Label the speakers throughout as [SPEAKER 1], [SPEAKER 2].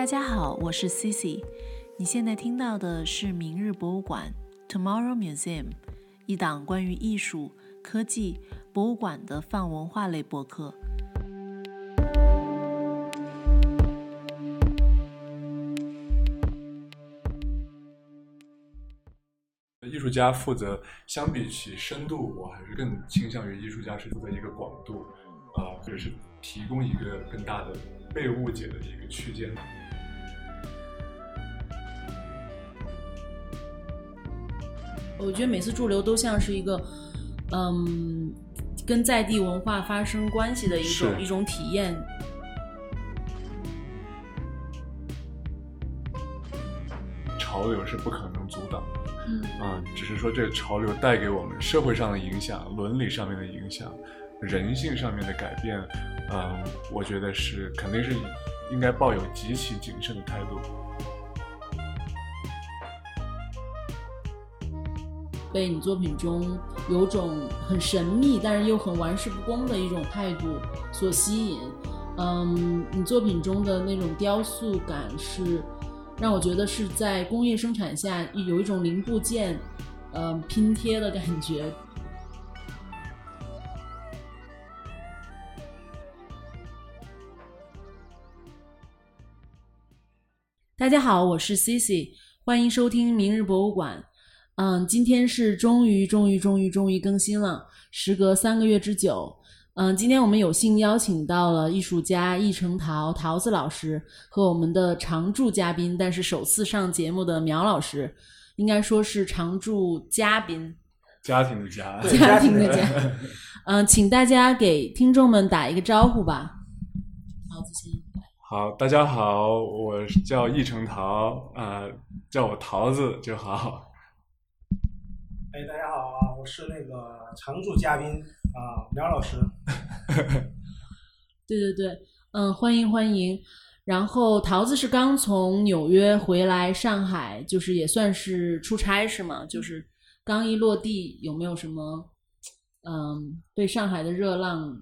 [SPEAKER 1] 大家好，我是 Cici。你现在听到的是明日博物馆 Tomorrow Museum， 一档关于艺术、科技、博物馆的泛文化类播客。
[SPEAKER 2] 艺术家负责，相比起深度，我还是更倾向于艺术家是负责一个广度，或者是提供一个更大的被误解的一个区间。
[SPEAKER 3] 我觉得每次驻留都像是一个，跟在地文化发生关系的一种体验。
[SPEAKER 2] 潮流是不可能阻挡的。只是说这个潮流带给我们社会上的影响、伦理上面的影响、人性上面的改变，我觉得是肯定是应该抱有极其谨慎的态度。
[SPEAKER 3] 被你作品中有种很神秘但是又很玩世不恭的一种态度所吸引。你作品中的那种雕塑感是让我觉得是在工业生产下有一种零部件拼贴的感觉。大家好，我是 Cici， 欢迎收听明日博物馆。今天是终于更新了，时隔3个月之久。今天我们有幸邀请到了艺术家易成桃子老师和我们的常驻嘉宾，但是首次上节目的苗老师，应该说是常驻嘉宾，
[SPEAKER 2] 家庭的家，
[SPEAKER 3] 家庭的家。请大家给听众们打一个招呼吧。桃子先。
[SPEAKER 2] 好，大家好，我叫易成桃，叫我桃子就好。
[SPEAKER 4] 大家好，我是那个常驻嘉宾苗老师。
[SPEAKER 3] 对，欢迎。然后桃子是刚从纽约回来上海，就是也算是出差是吗？就是刚一落地，有没有什么被上海的热浪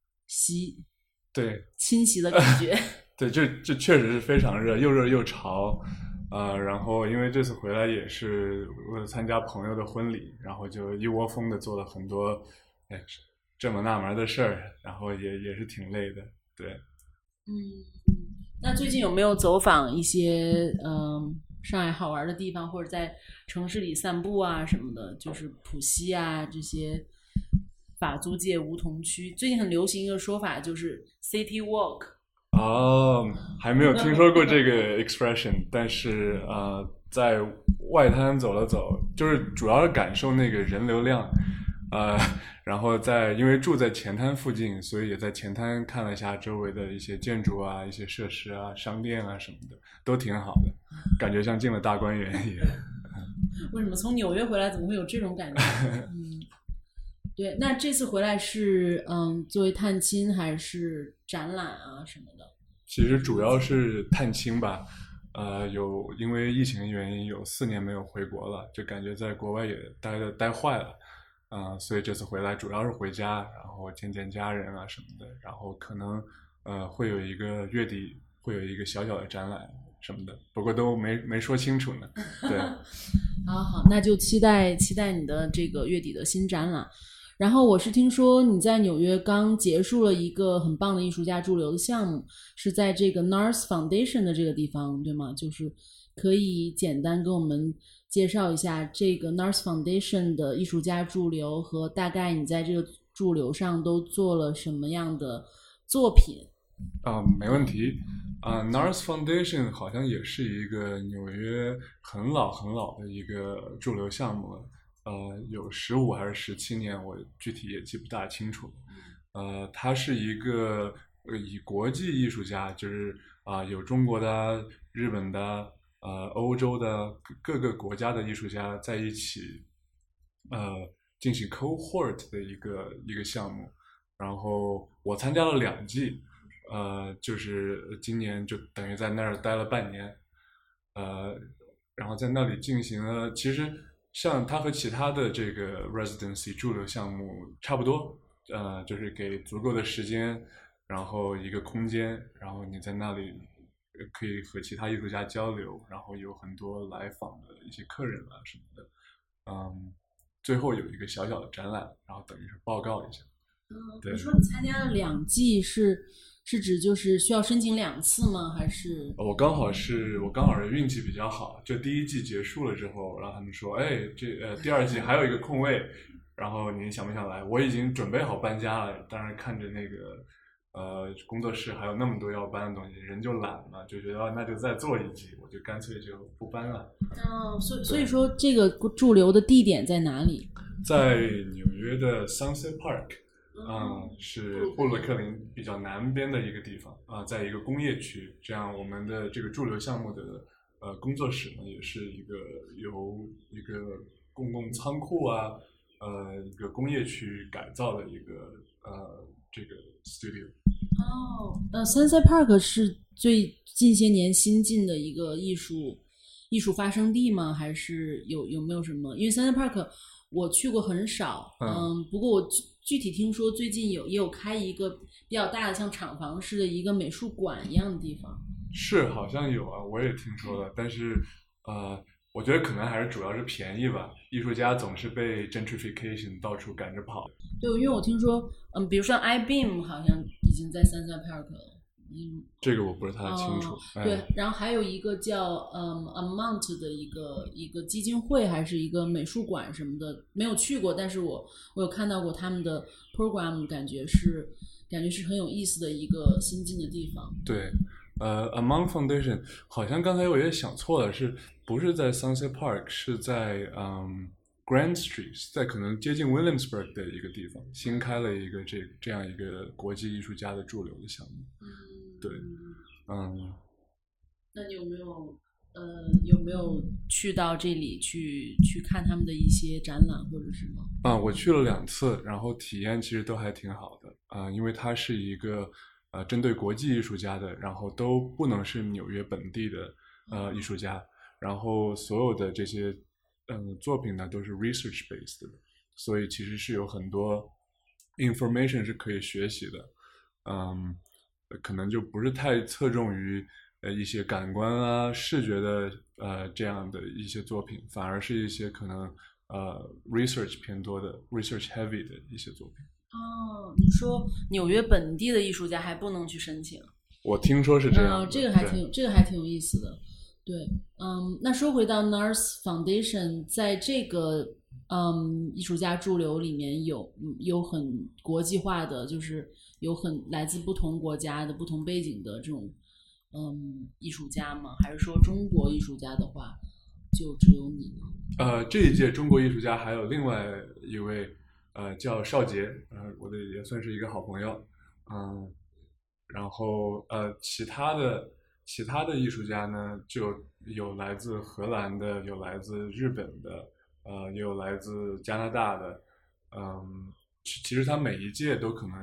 [SPEAKER 3] 侵袭的感觉？
[SPEAKER 2] 对，这确实是非常热，又热又潮。然后因为这次回来也是为了参加朋友的婚礼，然后就一窝蜂的做了很多这么那门的事儿，然后也是挺累的。对。
[SPEAKER 3] 那最近有没有走访一些上海好玩的地方，或者在城市里散步啊什么的，就是浦西啊这些法租界梧桐区，最近很流行一个说法，就是 City Walk。
[SPEAKER 2] 还没有听说过这个 expression， 但是在外滩走了走，就是主要是感受那个人流量，然后因为住在前滩附近，所以也在前滩看了一下周围的一些建筑啊、一些设施啊、商店啊什么的，都挺好的，感觉像进了大观园一样。
[SPEAKER 3] 为什么从纽约回来怎么会有这种感觉？对，那这次回来是作为探亲还是展览啊什么的？
[SPEAKER 2] 其实主要是探亲吧，因为疫情的原因有4年没有回国了，就感觉在国外也待坏了，所以这次回来主要是回家，然后见见家人啊什么的，然后可能会有一个月底会有一个小小的展览什么的，不过都没说清楚呢。对。
[SPEAKER 3] 好，那就期待你的这个月底的新展览。然后我是听说你在纽约刚结束了一个很棒的艺术家驻留的项目，是在这个 NARS Foundation 的这个地方，对吗？就是可以简单跟我们介绍一下这个 NARS Foundation 的艺术家驻留和大概你在这个驻留上都做了什么样的作品？
[SPEAKER 2] 没问题。NARS Foundation 好像也是一个纽约很老的一个驻留项目了。有15还是17年，我具体也记不大清楚。它是一个以国际艺术家，就是有中国的、日本的、欧洲的各个国家的艺术家在一起，进行 cohort 的一个项目。然后我参加了2季，就是今年就等于在那儿待了半年，然后在那里进行了，其实像它和其他的这个 residency 驻留项目差不多，就是给足够的时间，然后一个空间，然后你在那里可以和其他艺术家交流，然后有很多来访的一些客人啊什么的。最后有一个小小的展览，然后等于是报告一下。对，
[SPEAKER 3] 你说你参加了2季是指就是需要申请2次吗？还是
[SPEAKER 2] 我刚好是运气比较好，就第1季结束了之后，然后他们说，哎，第2季还有一个空位，然后您想不想来？我已经准备好搬家了，当然看着那个工作室还有那么多要搬的东西，人就懒了，就觉得那就再做1季，我就干脆就不搬了。
[SPEAKER 3] 所以说这个驻留的地点在哪里？
[SPEAKER 2] 在纽约的 Sunset Park， 是布鲁克林比较南边的一个地方在一个工业区。这样我们的这个驻留项目的工作室呢，也是由一个公共仓库一个工业区改造的一个这个 studio。
[SPEAKER 3] Sunset Park 是最近些年新进的一个艺术发生地吗？还是有没有什么？因为 Sunset Park 我去过很少，不过我具体听说最近也有开一个比较大的像厂房似的一个美术馆一样的地方。
[SPEAKER 2] 是，好像有啊，我也听说了，但是我觉得可能还是主要是便宜吧。艺术家总是被 gentrification 到处赶着跑。
[SPEAKER 3] 对，因为我听说，比如说 iBeam 好像已经在Sunset Park了。
[SPEAKER 2] 这个我不是太清楚。
[SPEAKER 3] 对，然后还有一个叫Amount 的一个基金会，还是一个美术馆什么的，没有去过，但是我有看到过他们的 program， 感觉是很有意思的一个新进的地方。
[SPEAKER 2] 对。Amount Foundation 好像刚才我也想错了，不是在 Sunset Park， 是在Grand Street， 在可能接近 Williamsburg 的一个地方，新开了一个这样一个国际艺术家的驻留的项目。对，
[SPEAKER 3] 那你有没有去到这里去看他们的一些展览或者什么？
[SPEAKER 2] 我去了2次，然后体验其实都还挺好的因为它是一个针对国际艺术家的，然后都不能是纽约本地的艺术家，然后所有的这些作品呢都是 research based 的，所以其实是有很多 information 是可以学习的。可能就不是太侧重于一些感官视觉的这样的一些作品，反而是一些可能research 偏多的 research heavy 的一些作品。
[SPEAKER 3] 你说纽约本地的艺术家还不能去申请？
[SPEAKER 2] 我听说是这样的。
[SPEAKER 3] 这个还挺有意思的。对，那说回到 NARS Foundation， 在这个艺术家驻留里面有很国际化的，就是有很来自不同国家的不同背景的这种艺术家吗？还是说中国艺术家的话就只有你呢？
[SPEAKER 2] 这一届中国艺术家还有另外一位叫邵杰，我的也算是一个好朋友。然后其他的艺术家呢，就有来自荷兰的，有来自日本的，也有来自加拿大的。其实他每一届都可能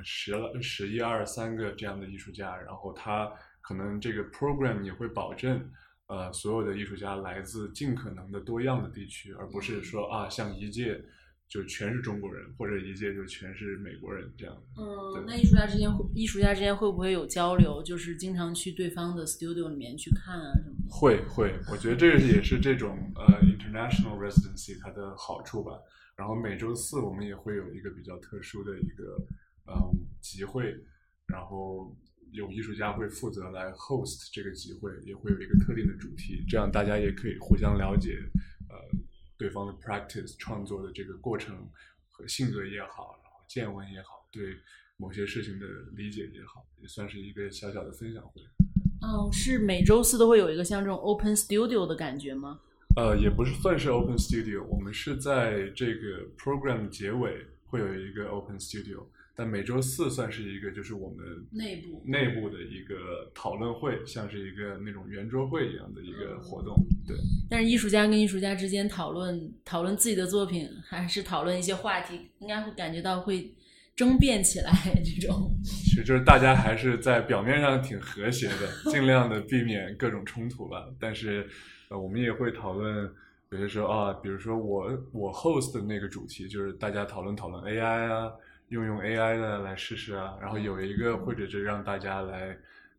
[SPEAKER 2] 11、12、3个这样的艺术家，然后他可能这个 program 也会保证所有的艺术家来自尽可能的多样的地区，而不是说像一届就全是中国人，或者一届就全是美国人这样的。
[SPEAKER 3] 那艺术家之间会不会有交流？就是经常去对方的 studio 里面去看什么的？
[SPEAKER 2] 会，我觉得这个也是这种international residency 它的好处吧。然后每周4我们也会有一个比较特殊的一个集会，然后有艺术家会负责来 host 这个集会，也会有一个特定的主题，这样大家也可以互相了解对方的 practice 创作的这个过程和性格也好，然后见闻也好，对某些事情的理解也好，也算是一个小小的分享会。
[SPEAKER 3] 是每周4都会有一个像这种 open studio 的感觉吗？
[SPEAKER 2] 也不是算是 open studio， 我们是在这个 program 结尾会有一个 open studio， 但每周4算是一个就是我们内部的一个讨论会，像是一个那种圆桌会一样的一个活动。对。但
[SPEAKER 3] 是艺术家跟艺术家之间讨论自己的作品，还是讨论一些话题，应该会感觉到会争辩起来这种。
[SPEAKER 2] 其实就是大家还是在表面上挺和谐的，尽量的避免各种冲突吧。但是我们也会讨论，有些时候比如说我 host 的那个主题就是大家讨论 AI 用 AI 的来试试然后有一个或者是让大家来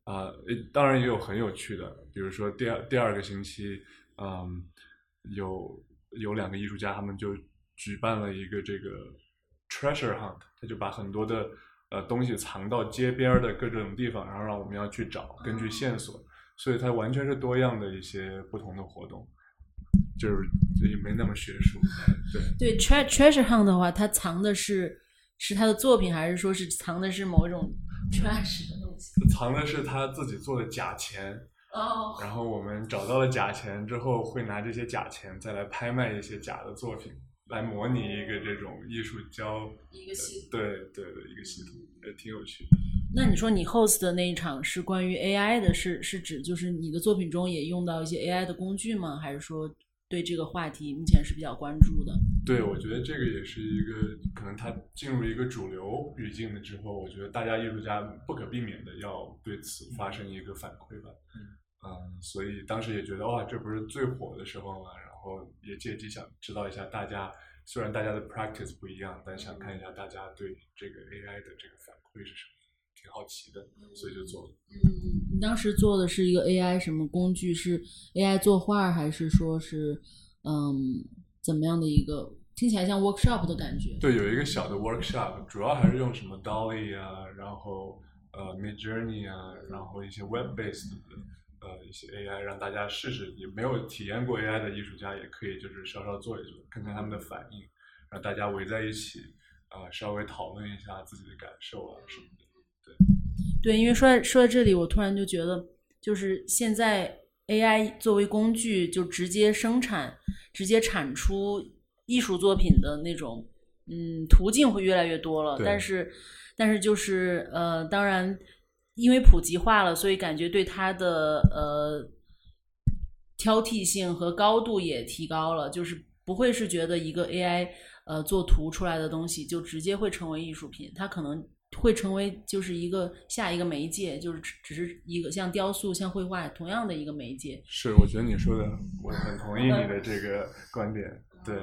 [SPEAKER 2] 当然也有很有趣的，比如说第二个星期，有2个艺术家，他们就举办了一个这个 treasure hunt， 他就把很多的东西藏到街边的各种地方，然后让我们要去找，根据线索，所以它完全是多样的一些不同的活动，就是也没那么学术。
[SPEAKER 3] 对 treasure hunt 的话，它藏的是他的作品，还是说是藏的是某种 trash 的东西？
[SPEAKER 2] 藏的是他自己做的假钱。
[SPEAKER 3] 哦，
[SPEAKER 2] 然后我们找到了假钱之后，会拿这些假钱再来拍卖一些假的作品，来模拟一个这种艺术
[SPEAKER 3] 一个系统。
[SPEAKER 2] 对一个系统，也挺有趣的。
[SPEAKER 3] 那你说你 host 的那一场是关于 AI 的，是指就是你的作品中也用到一些 AI 的工具吗？还是说对这个话题目前是比较关注的？
[SPEAKER 2] 对，我觉得这个也是一个可能它进入一个主流语境了之后，我觉得大家艺术家不可避免的要对此发生一个反馈吧。所以当时也觉得哇，这不是最火的时候嘛，然后也借机想知道一下大家，虽然大家的 practice 不一样，但想看一下大家对这个 AI 的这个反馈是什么，挺好奇的，所以就做了。
[SPEAKER 3] 你当时做的是一个 AI 什么工具？是 AI 作画，还是说是怎么样的一个？听起来像 workshop 的感觉。
[SPEAKER 2] 对，有一个小的 workshop， 主要还是用什么 DALL-E 啊，然后Midjourney 啊，然后一些 web-based 的一些 AI， 让大家试试，也没有体验过 AI 的艺术家也可以就是稍稍做一做，看看他们的反应，让大家围在一起稍微讨论一下自己的感受啊什么的。
[SPEAKER 3] 对，因为说到这里，我突然就觉得，就是现在 AI 作为工具，就直接生产、直接产出艺术作品的那种途径会越来越多了。但是就是当然因为普及化了，所以感觉对它的挑剔性和高度也提高了，就是不会是觉得一个 AI 做图出来的东西就直接会成为艺术品，它可能会成为就是下一个媒介，就是只是一个像雕塑、像绘画同样的一个媒介。
[SPEAKER 2] 是，我觉得你说的，我很同意你的这个观点。对，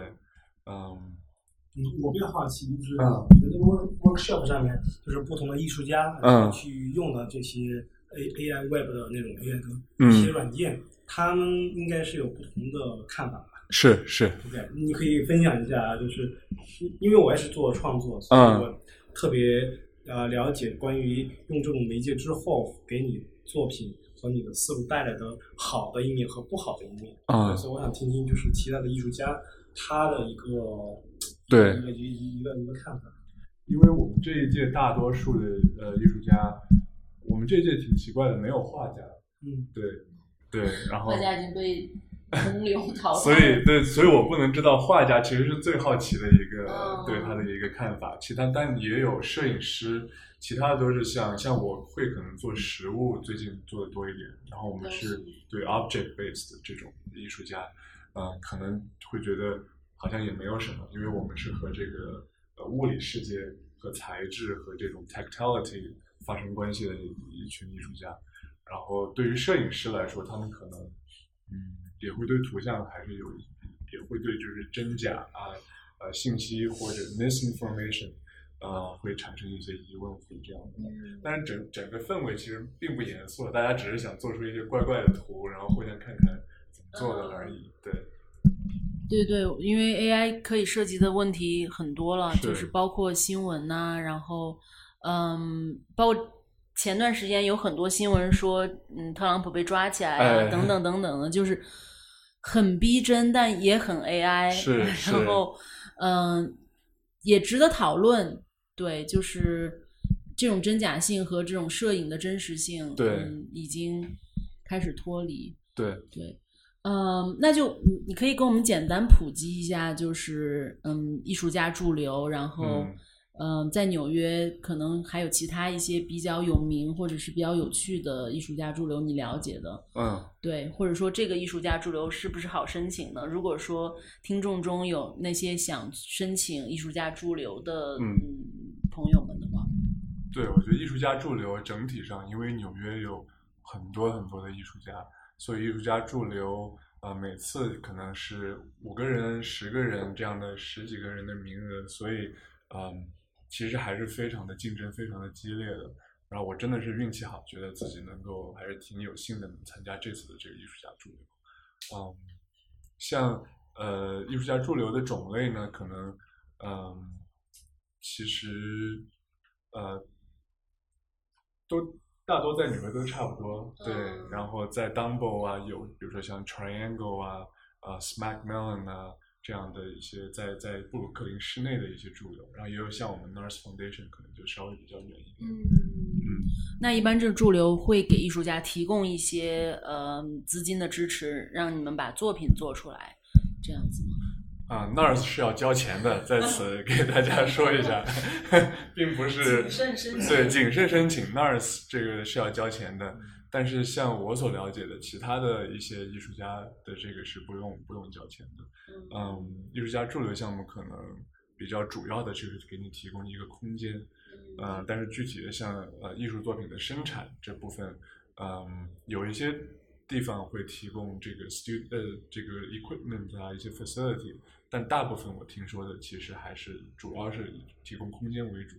[SPEAKER 4] 我比较好奇，就是在这个 workshop 上面，就是不同的艺术家去用的这些 AI Web 的那种 AI 的一些软件，他们应该是有不同的看法吧？
[SPEAKER 2] 是。
[SPEAKER 4] OK， 你可以分享一下，就是因为我也是做创作，所以我特别了解关于用这种媒介之后给你作品和你的思路带来的好的一面和不好的一面。所以我想听听就是其他的艺术家他的一个看法。
[SPEAKER 2] 因为我们这一届大多数的艺术家，我们这一届挺奇怪的，没有画家。对，然后
[SPEAKER 3] 画家已经被洪流淘汰了。
[SPEAKER 2] 所以我不能知道画家其实是最好奇的一个对他的一个看法。但也有摄影师，其他的都是像我会可能做实物，最近做的多一点。然后我们是对 object based 的这种艺术家，可能会觉得好像也没有什么，因为我们是和这个物理世界和材质和这种 tactility 发生关系的一群艺术家。然后对于摄影师来说，他们可能也会对图像还是也会对就是真假信息或者 misinformation 会产生一些疑问，会这样的。但是整个氛围其实并不严肃，大家只是想做出一些怪怪的图，然后互相看看怎么做的而已。
[SPEAKER 3] 对，因为 AI 可以涉及的问题很多了，就是包括新闻呐，然后包括前段时间有很多新闻说特朗普被抓起来啊，等等等等的，就是很逼真但也很 AI， 然后也值得讨论。对，就是这种真假性和这种摄影的真实性已经开始脱离。对，那就你可以跟我们简单普及一下，就是艺术家驻留，然后在纽约可能还有其他一些比较有名或者是比较有趣的艺术家驻留你了解的。对，或者说这个艺术家驻留是不是好申请呢？如果说听众中有那些想申请艺术家驻留的朋友们的话，
[SPEAKER 2] 对，我觉得艺术家驻留整体上，因为纽约有很多很多的艺术家，所以艺术家驻留每次可能是5个人、10个人这样的10几个人的名额，所以其实还是非常的竞争，非常的激烈的。 然后我真的是运气好，觉得自己能够还是挺有幸的能参加这次的这个艺术家驻留。像艺术家驻留的种类呢，可能其实都大多在纽约都差不多，对。然后在 Dumbo 啊，有比如说像 Triangle 啊、Smack Melon 啊这样的一些在布鲁克林市内的一些驻留，然后也有像我们 Nars Foundation 可能就稍微比较远一点。
[SPEAKER 3] 那一般这驻留会给艺术家提供一些资金的支持，让你们把作品做出来，这样子吗
[SPEAKER 2] ？Nars 是要交钱的，在此给大家说一下，并不是
[SPEAKER 3] 谨慎申请。
[SPEAKER 2] 对，谨慎申请 Nars 这个是要交钱的，但是像我所了解的，其他的一些艺术家的这个是不用交钱的。艺术家驻留项目可能比较主要的就是给你提供一个空间，但是具体的像艺术作品的生产这部分，有一些地方会提供这个这个 equipment 啊，一些 facility， 但大部分我听说的其实还是主要是以提供空间为主。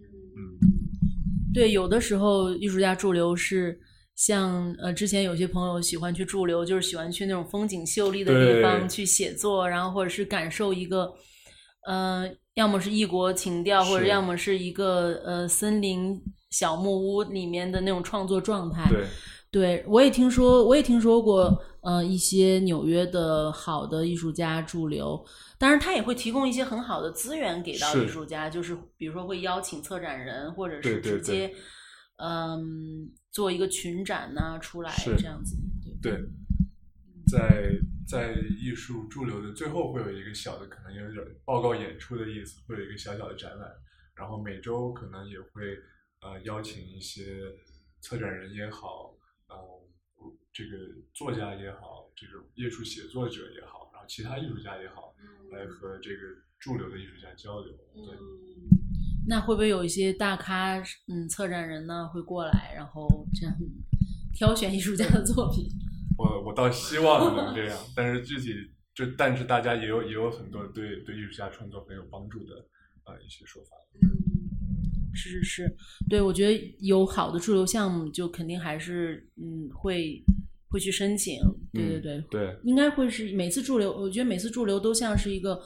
[SPEAKER 3] 对，有的时候艺术家驻留是像之前有些朋友喜欢去驻留，就是喜欢去那种风景秀丽的地方去写作，然后或者是感受一个要么是异国情调，或者要么是一个森林小木屋里面的那种创作状态。对，我也听说过一些纽约的好的艺术家驻留，当然他也会提供一些很好的资源给到艺术家，就是比如说会邀请策展人，或者是直接做一个群展呐出来这样子。
[SPEAKER 2] 对，在艺术驻留的最后会有一个小的，可能有点报告演出的意思，会有一个小小的展览，然后每周可能也会邀请一些策展人也好，这个作家也好，这种艺术写作者也好，然后其他艺术家也好，来和这个驻留的艺术家交流。对。
[SPEAKER 3] 那会不会有一些大咖策展人呢会过来，然后这样挑选艺术家的作品？
[SPEAKER 2] 我倒希望能这样，但是具体但是大家也有很多对艺术家创作很有帮助的一些说法。
[SPEAKER 3] 是，对，我觉得有好的驻留项目就肯定还是会去申请。对，应该会是每次驻留，我觉得每次驻留都像是一个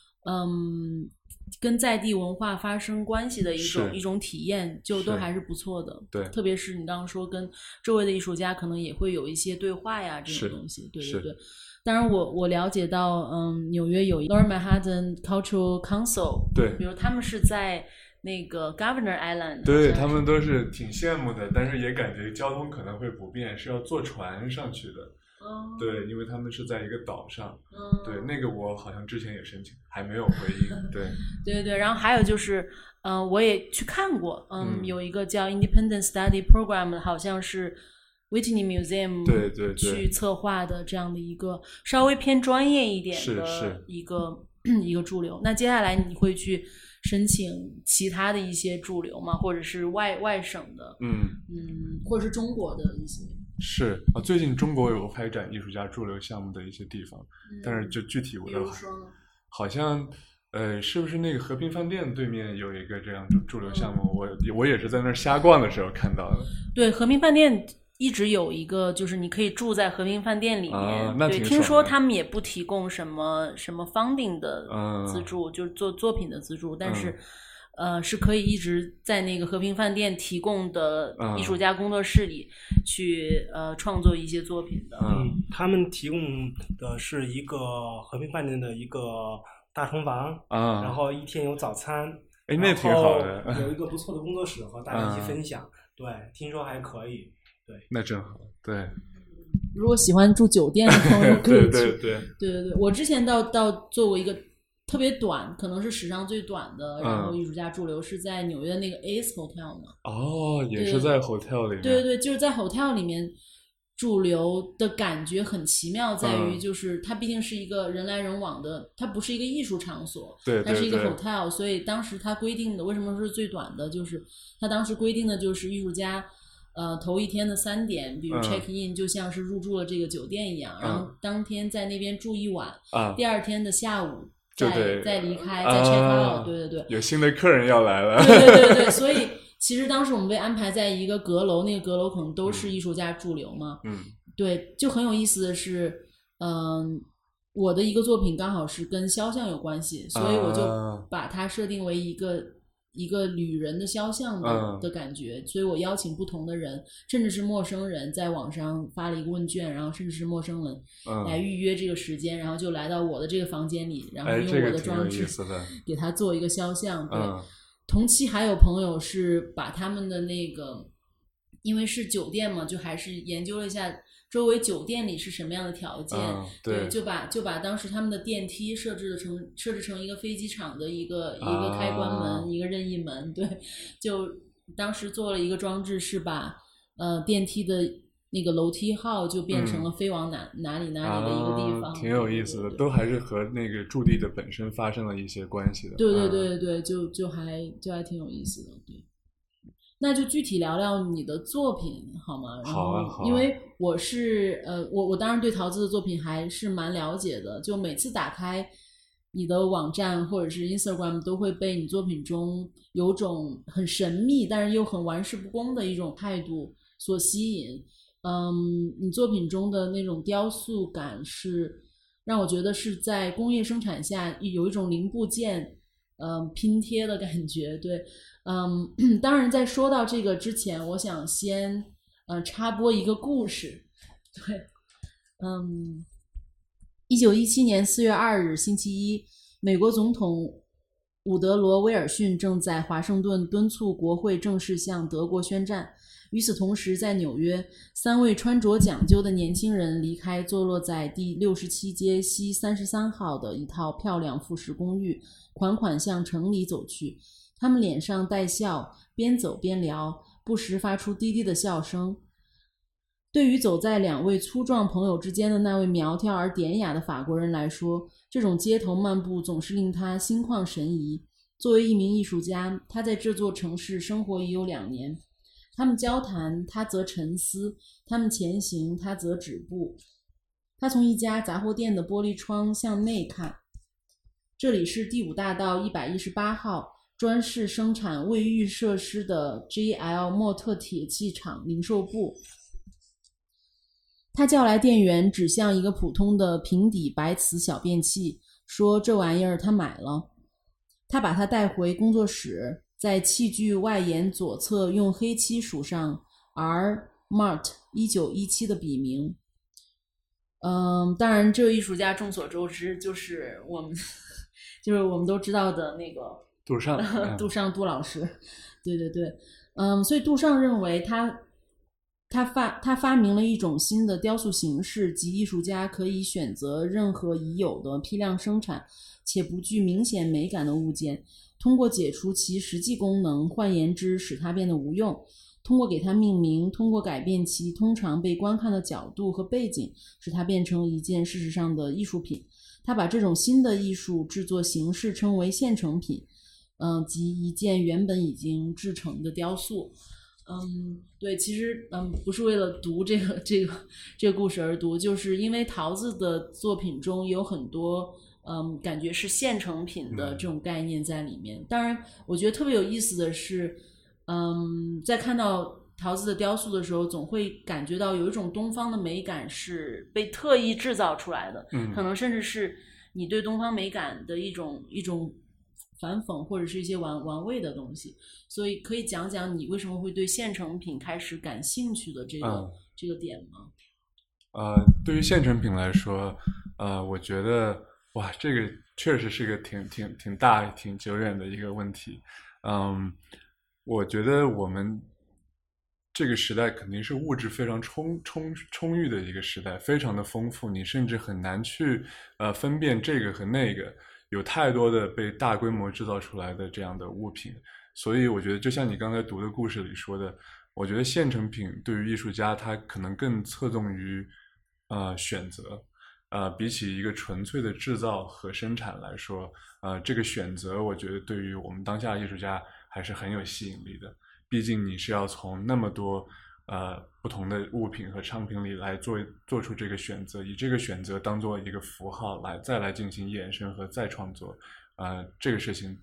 [SPEAKER 3] 跟在地文化发生关系的一种体验，就都还是不错的。
[SPEAKER 2] 对，
[SPEAKER 3] 特别是你刚刚说跟周围的艺术家可能也会有一些对话呀，这种东西。对。当然我了解到纽约有 Lower Manhattan Cultural Council，
[SPEAKER 2] 对，
[SPEAKER 3] 比如他们是在那个 Governor Island，
[SPEAKER 2] 对，他们都是挺羡慕的，但是也感觉交通可能会不便，是要坐船上去的。对，因为他们是在一个岛上。对，那个我好像之前也申请，还没有回应。
[SPEAKER 3] 对，然后还有就是我也去看过，有一个叫 Independent Study Program， 好像是 Whitney Museum
[SPEAKER 2] 对
[SPEAKER 3] 去策划的这样的一个稍微偏专业一点的一个驻留。那接下来你会去申请其他的一些驻留吗？或者是外省的？或者是中国的一些？
[SPEAKER 2] 是最近中国有开展艺术家驻留项目的一些地方，但是就具体我都好像是不是那个和平饭店对面有一个这样驻留项目？我也是在那儿瞎逛的时候看到的。对，
[SPEAKER 3] 和平饭店一直有一个，就是你可以住在和平饭店里面。
[SPEAKER 2] 那
[SPEAKER 3] 对，听说他们也不提供什么 funding 的资助，就是做作品的资助，但是是可以一直在那个和平饭店提供的艺术家工作室里去创作一些作品的。
[SPEAKER 4] 他们提供的是一个和平饭店的一个大床房，然后一天有早餐，
[SPEAKER 2] 那挺好的，
[SPEAKER 4] 有一个不错的工作室和大家一起分享。对，听说还可以。对，
[SPEAKER 2] 那正好。对，
[SPEAKER 3] 如果喜欢住酒店的朋友可以去。
[SPEAKER 2] 对，
[SPEAKER 3] 我之前到做过一个特别短，可能是史上最短的，然后艺术家驻留是在纽约那个 Ace Hotel 呢。
[SPEAKER 2] 也是在 hotel 里面。
[SPEAKER 3] 对，就是在 hotel 里面驻留的感觉很奇妙，在于就是它毕竟是一个人来人往的，它不是一个艺术场所，它是一个 hotel， 所以当时它规定的为什么是最短的，就是它当时规定的就是艺术家头一天的3点，比如 check in 就像是入住了这个酒店一样，然后当天在那边住一晚，第二天的下午再离开，再 check out。对，
[SPEAKER 2] 有新的客人要来了。
[SPEAKER 3] 对， 其实当时我们被安排在一个阁楼，那个阁楼可能都是艺术家驻留嘛。对，就很有意思的是，我的一个作品刚好是跟肖像有关系，所以我就把它设定为一个旅人的肖像的感觉，所以我邀请不同的人，甚至是陌生人，在网上发了一个问卷，然后甚至是陌生人来预约这个时间，然后就来到我的这个房间里，然后用我的装置给他做一个肖像。对，同期还有朋友是把他们的那个，因为是酒店嘛，就还是研究了一下周围酒店里是什么样的条件，对，就把当时他们的电梯设置成一个飞机场的一个开关门，一个任意门，对，就当时做了一个装置，是把电梯的那个楼梯号就变成了飞往哪里的一个地方，
[SPEAKER 2] 挺有意思的，对对对，都还是和那个驻地的本身发生了一些关系的。
[SPEAKER 3] 对，就还挺有意思的，对。那就具体聊聊你的作品好吗？
[SPEAKER 2] 好啊，
[SPEAKER 3] 因为我是我当然对陶兹的作品还是蛮了解的，就每次打开你的网站或者是 Instagram 都会被你作品中有种很神秘但是又很玩世不恭的一种态度所吸引。你作品中的那种雕塑感是让我觉得是在工业生产下有一种零部件拼贴的感觉，对。当然在说到这个之前，我想先插播一个故事。对，1917年4月2日星期一，美国总统伍德罗·威尔逊正在华盛顿敦促国会正式向德国宣战。与此同时，在纽约，3位穿着讲究的年轻人离开坐落在第67街西33号的一套漂亮复式公寓，款款向城里走去。他们脸上带笑，边走边聊，不时发出低低的笑声。对于走在2位粗壮朋友之间的那位苗条而典雅的法国人来说，这种街头漫步总是令他心旷神怡。作为一名艺术家，他在这座城市生活已有2年。他们交谈，他则沉思；他们前行，他则止步。他从一家杂货店的玻璃窗向内看，这里是第5大道118号。专事生产卫浴设施的 JL 莫特铁器厂零售部。他叫来店员，指向一个普通的平底白瓷小便器，说这玩意儿他买了。他把它带回工作室，在器具外沿左侧用黑漆署上 R. Mart 1917的笔名。当然这位艺术家众所周知，就是我们都知道的那个杜尚杜老师。对，所以杜尚认为他发明了一种新的雕塑形式，即艺术家可以选择任何已有的批量生产且不具明显美感的物件，通过解除其实际功能，换言之使它变得无用，通过给它命名，通过改变其通常被观看的角度和背景，使它变成一件事实上的艺术品。他把这种新的艺术制作形式称为现成品，即一件原本已经制成的雕塑。对，其实不是为了读这个故事而读，就是因为桃子的作品中有很多感觉是现成品的这种概念在里面。当然我觉得特别有意思的是在看到桃子的雕塑的时候，总会感觉到有一种东方的美感是被特意制造出来的，可能甚至是你对东方美感的一种反讽或者是一些玩味的东西。所以可以讲讲你为什么会对现成品开始感兴趣的这个点吗？
[SPEAKER 2] 对于现成品来说，我觉得哇，这个确实是个挺大挺久远的一个问题。我觉得我们这个时代肯定是物质非常充裕的一个时代，非常的丰富，你甚至很难去分辨这个和那个，有太多的被大规模制造出来的这样的物品。所以我觉得就像你刚才读的故事里说的，我觉得现成品对于艺术家他可能更侧重于选择，比起一个纯粹的制造和生产来说，这个选择我觉得对于我们当下艺术家还是很有吸引力的。毕竟你是要从那么多不同的物品和商品里来做出这个选择，以这个选择当做一个符号再来进行衍生和再创作，这个事情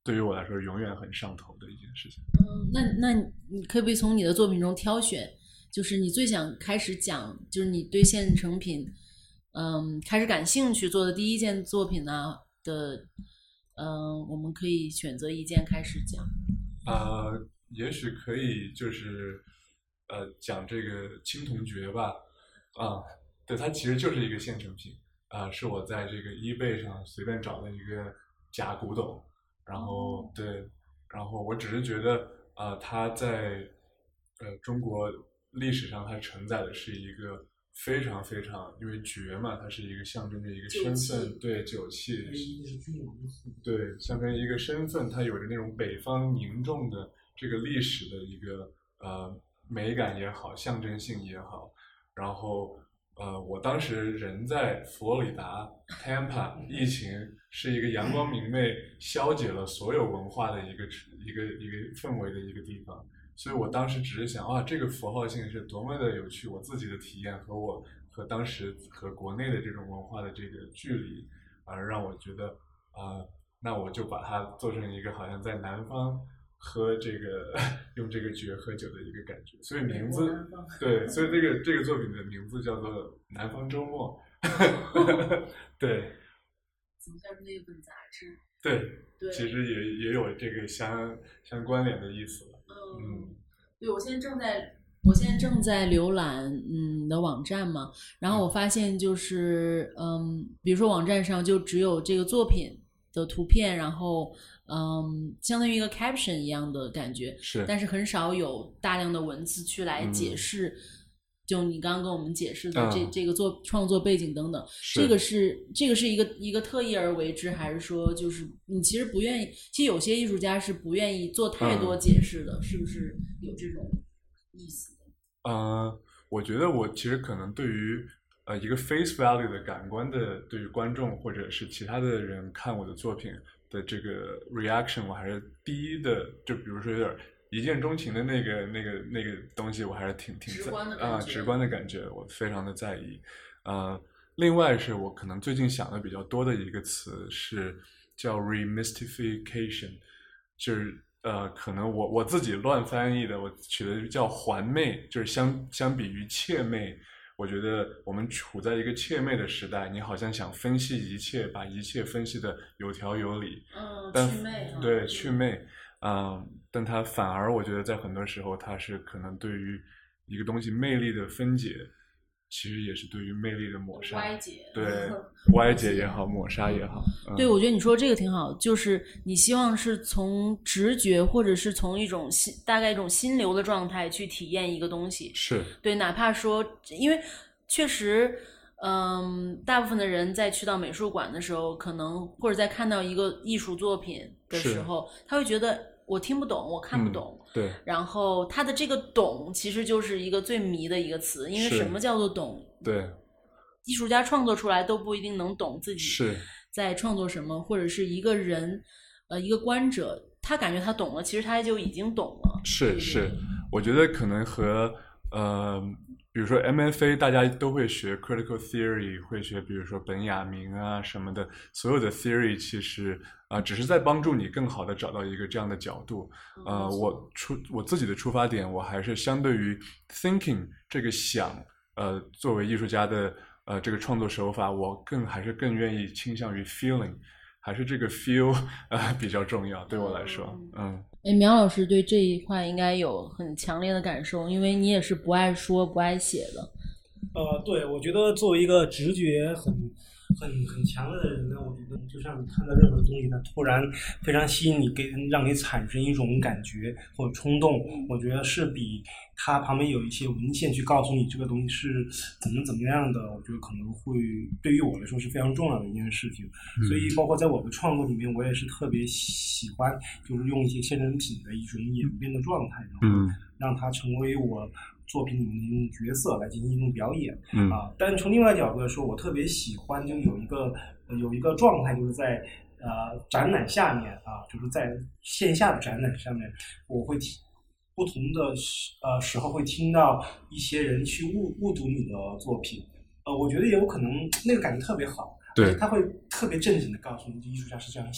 [SPEAKER 2] 对于我来说永远很上头的一件事情。
[SPEAKER 3] 那你可不可以从你的作品中挑选，就是你最想开始讲，就是你对现成品开始感兴趣做的第一件作品呢的我们可以选择一件开始讲。
[SPEAKER 2] 也许可以就是讲这个青铜爵吧。对，它其实就是一个现成品是我在这个 eBay 上随便找的一个假古董，然后对，然后我只是觉得它在中国历史上它承载的是一个非常非常，因为爵嘛，它是一个象征着一个身份，对，酒器，对，象征一个身份，它有着那种北方凝重的这个历史的一个美感也好，象征性也好。然后我当时人在佛罗里达 Tampa， 疫情是一个阳光明媚、消解了所有文化的一个氛围的一个地方，所以我当时只是想这个符号性是多么的有趣，我自己的体验和当时和国内的这种文化的这个距离让我觉得那我就把它做成一个好像在南方喝这个用这个爵喝酒的一个感觉，所以名字对，所以这个作品的名字叫做《南方周末》。对，
[SPEAKER 3] 怎么像是那本杂志？
[SPEAKER 2] 对，其实也有这个相关联的意思了。
[SPEAKER 3] 对，我现在正在浏览你的网站嘛，然后我发现就是比如说网站上就只有这个作品的图片，然后相当于一个 caption 一样的感觉，但是很少有大量的文字去来解释就你刚刚跟我们解释的这个创作背景等等，这个是一个特意而为之，还是说就是你其实不愿意？其实有些艺术家是不愿意做太多解释的，是不是有这种意思？
[SPEAKER 2] 我觉得我其实可能对于一个 face value 的感官的，对于观众或者是其他的人看我的作品的这个 reaction， 我还是第一的，就比如说有点一见钟情的那个东西，我还是挺直观的感觉，我非常的在意。另外是我可能最近想的比较多的一个词是叫 remystification， 就是可能我自己乱翻译的，我取的叫环媚，就是相比于窃媚，我觉得我们处在一个窃媚的时代，你好像想分析一切，把一切分析的有条有理，
[SPEAKER 3] 祛魅，
[SPEAKER 2] 对，祛魅，但它反而我觉得在很多时候，它是可能对于一个东西魅力的分解，其实也是对于魅力的抹杀，
[SPEAKER 3] 歪解，
[SPEAKER 2] 对，歪解也好，抹杀也好。
[SPEAKER 3] 对，我觉得你说这个挺好，就是你希望是从直觉或者是从一种大概一种心流的状态去体验一个东西，
[SPEAKER 2] 是
[SPEAKER 3] 对，哪怕说，因为确实大部分的人在去到美术馆的时候，可能或者在看到一个艺术作品的时候，他会觉得我听不懂，我看不懂，
[SPEAKER 2] 对，
[SPEAKER 3] 然后他的这个懂其实就是一个最迷的一个词，因为什么叫做懂？
[SPEAKER 2] 对，
[SPEAKER 3] 艺术家创作出来都不一定能懂自己
[SPEAKER 2] 是
[SPEAKER 3] 在创作什么，或者是一个人一个观者他感觉他懂了，其实他就已经懂了。
[SPEAKER 2] 是，我觉得可能和比如说 MFA 大家都会学 critical theory， 会学比如说本雅明啊什么的，所有的 theory 其实只是在帮助你更好的找到一个这样的角度。我自己的出发点，我还是相对于 thinking 这个想作为艺术家的这个创作手法，我还是更愿意倾向于 feeling， 还是这个 feel 比较重要对我来说。
[SPEAKER 3] 苗老师对这一块应该有很强烈的感受，因为你也是不爱说不爱写的。
[SPEAKER 4] 对，我觉得作为一个直觉很强的人呢，我觉得就像你看到任何东西，它突然非常吸引你，让你产生一种感觉或者冲动，我觉得是比它旁边有一些文献去告诉你这个东西是怎么样的，我觉得可能会对于我来说是非常重要的一件事情。所以包括在我的创作里面，我也是特别喜欢就是用一些现成品的一种演变的状态，然后让它成为我作品里面的一种角色来进行一种表演。但是从另外角度来说，我特别喜欢就有一个状态，就是在展览下面就是在线下的展览上面，我会不同的时候会听到一些人去误读你的作品，我觉得也有可能那个感觉特别好，
[SPEAKER 2] 对，
[SPEAKER 4] 他会特别正经的告诉你，这艺术家是这样想的。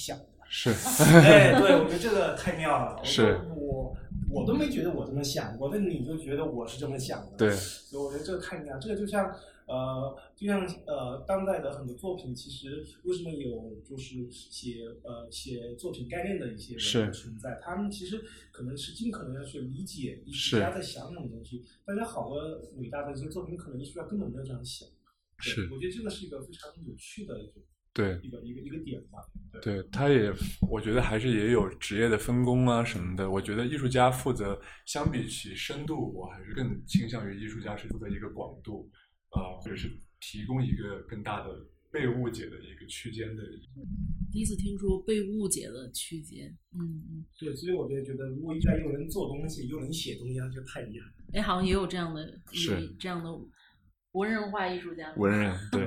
[SPEAKER 2] 是，
[SPEAKER 4] 哎，对，我觉得这个太妙了。
[SPEAKER 2] 是，
[SPEAKER 4] 我都没觉得我这么想过，那你就觉得我是这么想的。
[SPEAKER 2] 对，
[SPEAKER 4] 所以我觉得这个太妙，这个就像当代的很多作品，其实为什么有就是写作品概念的一些人存在，他们其实可能是尽可能要去理解艺术家在想什么东西，但是好的伟大的这些作品，可能艺术家根本没有这样想。
[SPEAKER 2] 是，
[SPEAKER 4] 我觉得这个是一个非常有趣的一种。
[SPEAKER 2] 对，
[SPEAKER 4] 一个点吧。
[SPEAKER 2] 对，他也，我觉得还是也有职业的分工啊什么的。我觉得艺术家负责，相比起深度，我还是更倾向于艺术家是负责一个广度，或者是提供一个更大的被误解的一个区间的。
[SPEAKER 3] 第一次听说被误解的区间，
[SPEAKER 4] 对，所以我就觉得，如果艺术家又能做东西，又能写东西，那就太厉害了。
[SPEAKER 3] 哎，好像也有这样的，这样的文人化艺术家。
[SPEAKER 2] 文人，对。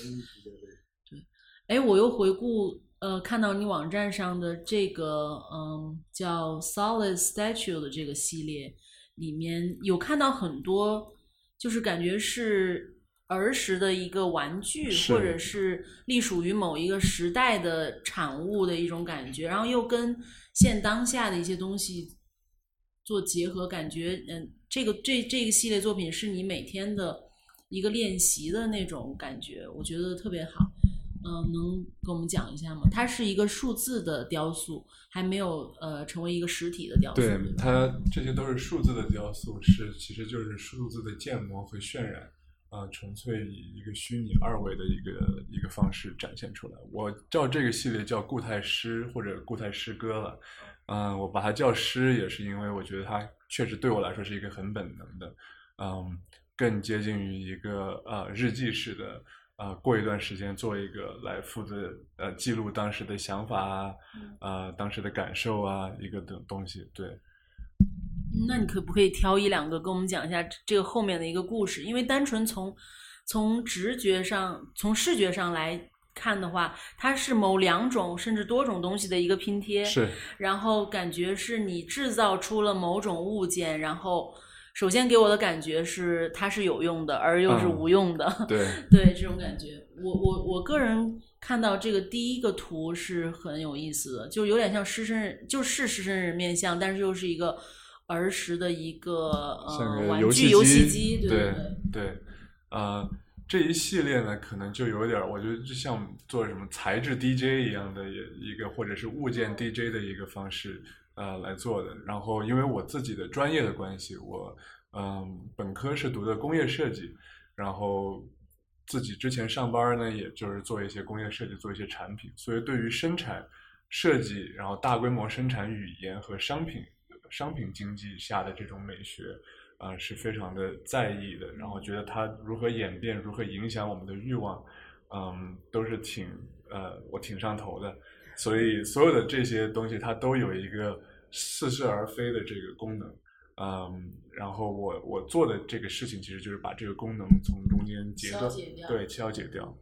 [SPEAKER 3] 哎，我又回顾看到你网站上的这个叫 Solid Statue 的这个系列里面有看到很多，就是感觉是儿时的一个玩具，或者是隶属于某一个时代的产物的一种感觉，然后又跟现当下的一些东西做结合，感觉这个系列作品是你每天的一个练习的那种感觉，我觉得特别好。能跟我们讲一下吗？它是一个数字的雕塑，还没有成为一个实体的雕塑。
[SPEAKER 2] 对，它这些都是数字的雕塑，其实就是数字的建模和渲染，纯粹以一个虚拟二维的一个方式展现出来。我叫这个系列叫固态诗或者固态诗歌了，我把它叫诗也是因为我觉得它确实对我来说是一个很本能的，更接近于一个日记式的。过一段时间做一个来负责记录当时的想法当时的感受一个东西。对，
[SPEAKER 3] 那你可不可以挑一两个跟我们讲一下这个后面的一个故事？因为单纯从直觉上、从视觉上来看的话，它是某两种甚至多种东西的一个拼贴，
[SPEAKER 2] 是，
[SPEAKER 3] 然后感觉是你制造出了某种物件，然后首先给我的感觉是它是有用的，而又是无用的。
[SPEAKER 2] 对
[SPEAKER 3] 对，这种感觉，我个人看到这个第一个图是很有意思的，就有点像狮身人，就是狮身人面像，但是又是一个儿时的一个玩具游戏机。
[SPEAKER 2] 对，这一系列呢，可能就有点，我觉得就像做什么材质 DJ 一样的一个，或者是物件 DJ 的一个方式。来做的。然后因为我自己的专业的关系，我本科是读的工业设计，然后自己之前上班呢，也就是做一些工业设计，做一些产品，所以对于生产设计，然后大规模生产语言和商品经济下的这种美学，是非常的在意的。然后觉得它如何演变，如何影响我们的欲望，都是我挺上头的。所以所有的这些东西它都有一个似是而非的这个功能，然后我做的这个事情其实就是把这个功能从中间消解掉。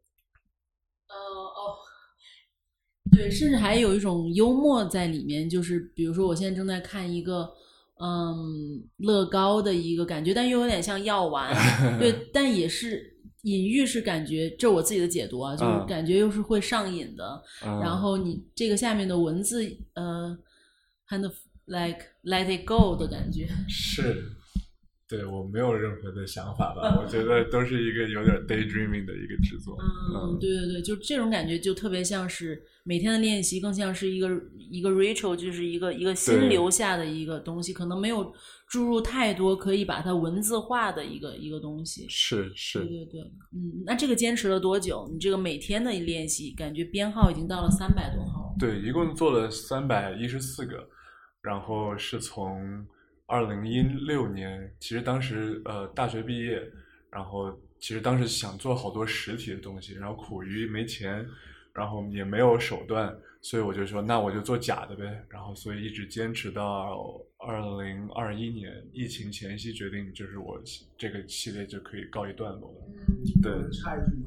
[SPEAKER 3] 对，甚至还有一种幽默在里面，就是比如说我现在正在看一个乐高的一个感觉，但又有点像药丸，对，但也是。隐喻是感觉，这我自己的解读啊，就是感觉又是会上瘾的。然后你这个下面的文字，kind of like let it go 的感觉。
[SPEAKER 2] 是，对，我没有任何的想法吧，我觉得都是一个有点 daydreaming 的一个制作。
[SPEAKER 3] 对，就这种感觉就特别像是每天的练习，更像是一个 ritual， 就是一个心留下的一个东西，可能没有注入太多可以把它文字化的一个东西。
[SPEAKER 2] 是，
[SPEAKER 3] 对，那这个坚持了多久？你这个每天的练习，感觉编号已经到了300多号。
[SPEAKER 2] 对，一共做了314个，然后是从2016年，其实当时大学毕业，然后其实当时想做好多实体的东西，然后苦于没钱，然后也没有手段，所以我就说那我就做假的呗，然后所以一直坚持到2021年疫情前夕决定，就是我这个系列就可以告一段落了。
[SPEAKER 4] 对，插一句嘛，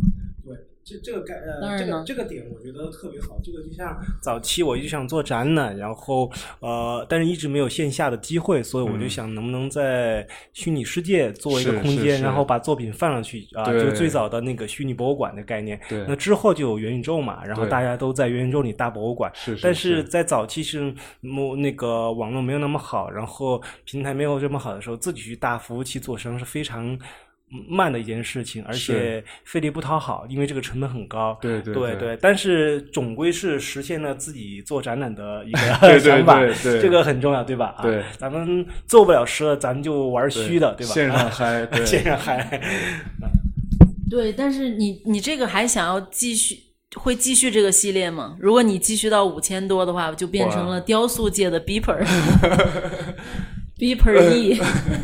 [SPEAKER 4] 对，这个这个点我觉得特别好。这个就像早期我就想做展览，然后但是一直没有线下的机会，所以我就想能不能在虚拟世界做一个空间，然后把作品放上去就最早的那个虚拟博物馆的概念。那之后就有元宇宙嘛，然后大家都在元宇宙里搭博物馆。但是在早期是那个网络没有那么好，然后平台没有这么好的时候，自己去搭服务器做实际上是非常慢的一件事情，而且费力不讨好，因为这个成本很高。对，但是总归是实现了自己做展览的一个想法，
[SPEAKER 2] 对，
[SPEAKER 4] 这个很重要，对吧？
[SPEAKER 2] 对，
[SPEAKER 4] 咱们做不了实了，咱就玩虚的，对吧？
[SPEAKER 2] 线上嗨，对，
[SPEAKER 4] 线上嗨。
[SPEAKER 3] 对，但是你这个还想要会继续这个系列吗？如果你继续到5000多的话，就变成了雕塑界的 Beeper Beeper E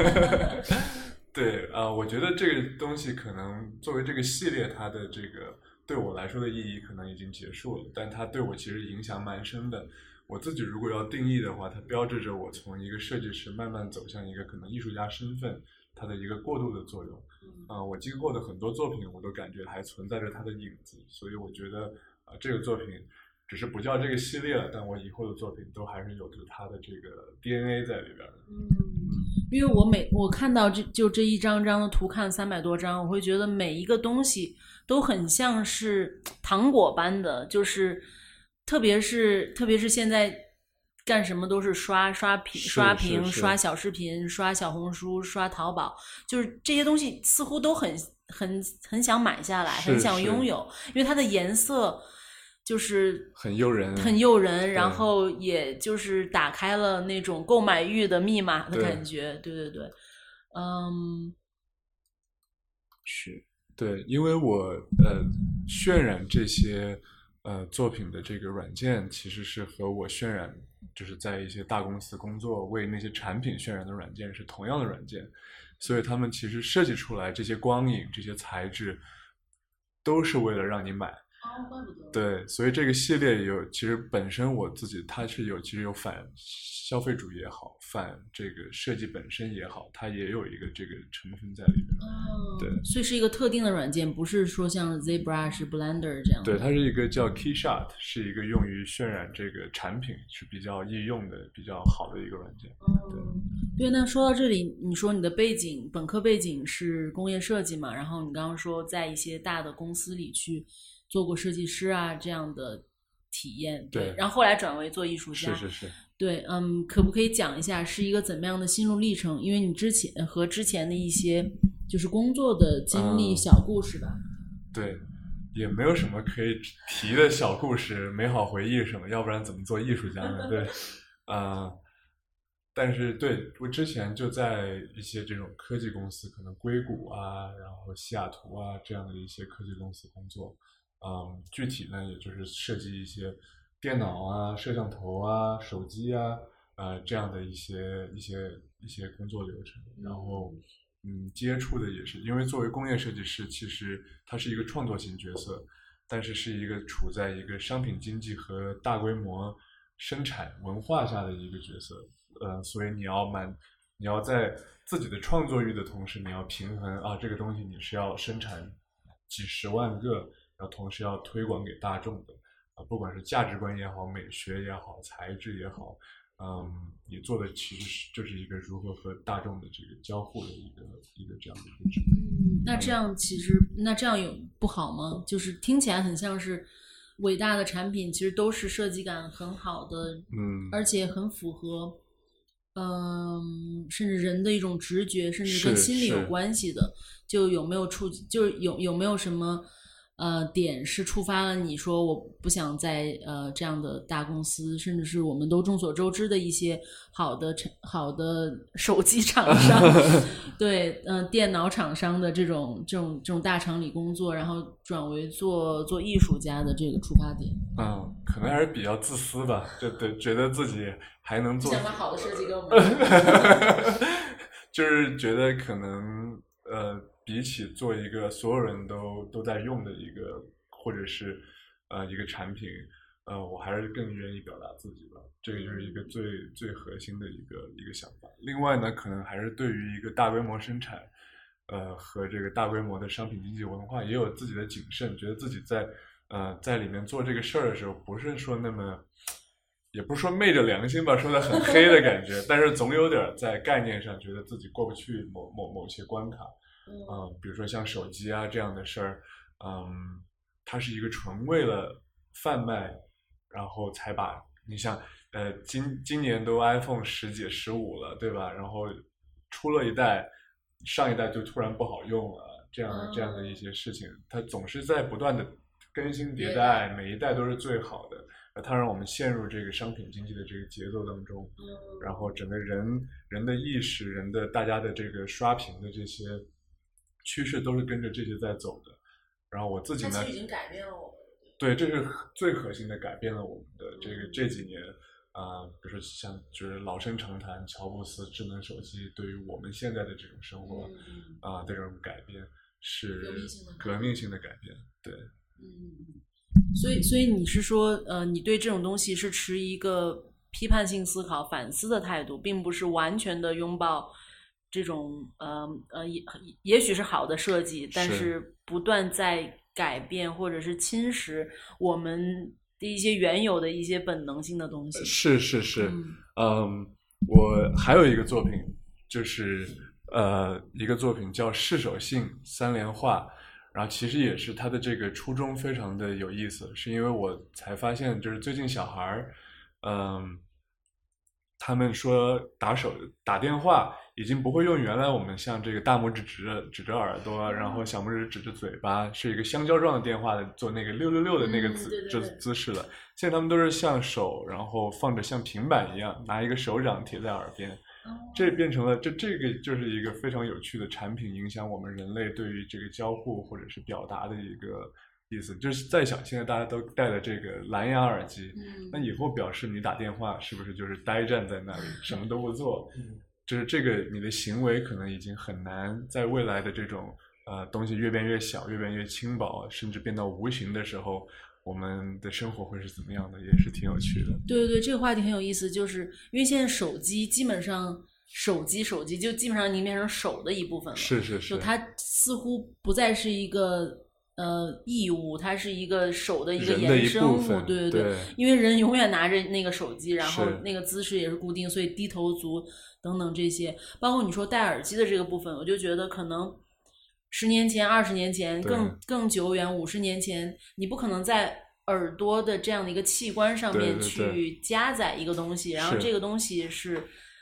[SPEAKER 2] 对我觉得这个东西可能作为这个系列，它的这个对我来说的意义可能已经结束了，但它对我其实影响蛮深的。我自己如果要定义的话，它标志着我从一个设计师慢慢走向一个可能艺术家身份，它的一个过渡的作用。我经过的很多作品，我都感觉还存在着它的影子，所以我觉得这个作品只是不叫这个系列了，但我以后的作品都还是有着它的这个 DNA 在里边的。
[SPEAKER 3] 因为我看到这一张张的图，看300多张，我会觉得每一个东西都很像是糖果般的，就是特别是现在干什么都是刷屏、刷小视频、刷小红书、刷淘宝，就是这些东西似乎都很想买下来，很想拥有，因为它的颜色就是
[SPEAKER 2] 很诱人，
[SPEAKER 3] 然后也就是打开了那种购买欲的密码的感觉。对，
[SPEAKER 2] 是，对，因为我渲染这些作品的这个软件，其实是和我渲染就是在一些大公司工作为那些产品渲染的软件是同样的软件，所以他们其实设计出来这些光影、这些材质，都是为了让你买。对，所以这个系列其实本身我自己它是其实有反消费主义也好，反这个设计本身也好，它也有一个这个成分在里面。对，
[SPEAKER 3] 所以是一个特定的软件，不是说像 ZBrush、Blender 这样的。
[SPEAKER 2] 对，它是一个叫 Keyshot， 是一个用于渲染这个产品是比较易用的、比较好的一个软件。
[SPEAKER 3] 对，那说到这里，你说你的本科背景是工业设计嘛，然后你刚刚说在一些大的公司里去做过设计师啊这样的体验，对，然后后来转为做艺术家，
[SPEAKER 2] 是，
[SPEAKER 3] 对，可不可以讲一下是一个怎么样的心路历程？因为你之前的一些就是工作的经历、小故事吧。
[SPEAKER 2] 对，也没有什么可以提的小故事、美好回忆什么，要不然怎么做艺术家呢？对，但是对我之前就在一些这种科技公司，可能硅谷啊，然后西雅图啊这样的一些科技公司工作。具体呢，也就是设计一些电脑啊、摄像头啊、手机啊，这样的一些工作流程。然后，接触的也是，因为作为工业设计师，其实他是一个创作型角色，但是是一个处在一个商品经济和大规模生产文化下的一个角色。所以你要在自己的创作欲的同时，你要平衡这个东西你是要生产几十万个。然后同时要推广给大众的不管是价值观也好、美学也好、材质也好，你做的其实就是一个如何和大众的这个交互的一个这样的一个职能。
[SPEAKER 3] 那这样有不好吗？就是听起来很像是伟大的产品，其实都是设计感很好的，而且很符合甚至人的一种直觉，甚至跟心理有关系的。就有没有就是有没有什么点是触发了你说我不想在这样的大公司，甚至是我们都众所周知的一些好的手机厂商对电脑厂商的这种大厂里工作，然后转为做艺术家的这个出发点。
[SPEAKER 2] 可能还是比较自私吧，就觉得自己还能做，
[SPEAKER 3] 想把好的设计给我们
[SPEAKER 2] 就是觉得可能比起做一个所有人都在用的一个或者是一个产品，我还是更愿意表达自己吧。这个就是一个最核心的一个想法。另外呢，可能还是对于一个大规模生产， 和这个大规模的商品经济文化也有自己的谨慎，觉得自己在里面做这个事儿的时候，不是说那么，也不是说昧着良心吧，说的很黑的感觉，但是总有点在概念上觉得自己过不去某些关卡，比如说像手机啊这样的事儿，它是一个纯为了贩卖，然后才把你像今年都 iPhone 10几15了，对吧？然后出了一代，上一代就突然不好用了，这样的一些事情，它总是在不断的更新迭代，每一代都是最好的，它让我们陷入这个商品经济的这个节奏当中，然后整个人的意识，大家的这个刷屏的这些趋势都是跟着这些在走的。然后我自己呢，
[SPEAKER 3] 它其实已经改变了我们。
[SPEAKER 2] 对，这是最核心的改变了我们的这几年比如说像就是老生常谈乔布斯智能手机对于我们现在的这种生活这种改变是革命性的改变，对。
[SPEAKER 3] 所以你是说你对这种东西是持一个批判性思考反思的态度，并不是完全的拥抱这种也许是好的设计，但是不断在改变或者是侵蚀我们的一些原有的一些本能性的东西。
[SPEAKER 2] 是我还有一个作品，就是一个作品叫释手性3联画，然后其实也是它的这个初衷非常的有意思，是因为我才发现就是最近小孩他们说打电话已经不会用原来我们像这个大拇指指着耳朵，然后小拇指指着嘴巴，是一个香蕉状的电话的做那个666的那个姿势了。现在他们都是像手，然后放着像平板一样，拿一个手掌贴在耳边。这变成了这个就是一个非常有趣的产品，影响我们人类对于这个交互或者是表达的一个意思。就是在想现在大家都戴了这个蓝牙耳机，那以后表示你打电话是不是就是呆站在那里什么都不做，就是这个你的行为可能已经很难在未来的这种东西越变越小越变越轻薄，甚至变到无形的时候，我们的生活会是怎么样的，也是挺有趣的。
[SPEAKER 3] 对，这个话题很有意思，就是因为现在手机基本上手机就基本上已经变成手的一部分了，
[SPEAKER 2] 是，
[SPEAKER 3] 就它似乎不再是一个义务，它是一个手的一个衍生物，对，因为人永远拿着那个手机，然后那个姿势也是固定，所以低头族等等这些，包括你说戴耳机的这个部分，我就觉得可能10年前、20年前更久远，50年前，你不可能在耳朵的这样的一个器官上面去加载一个东西，然后这个东西是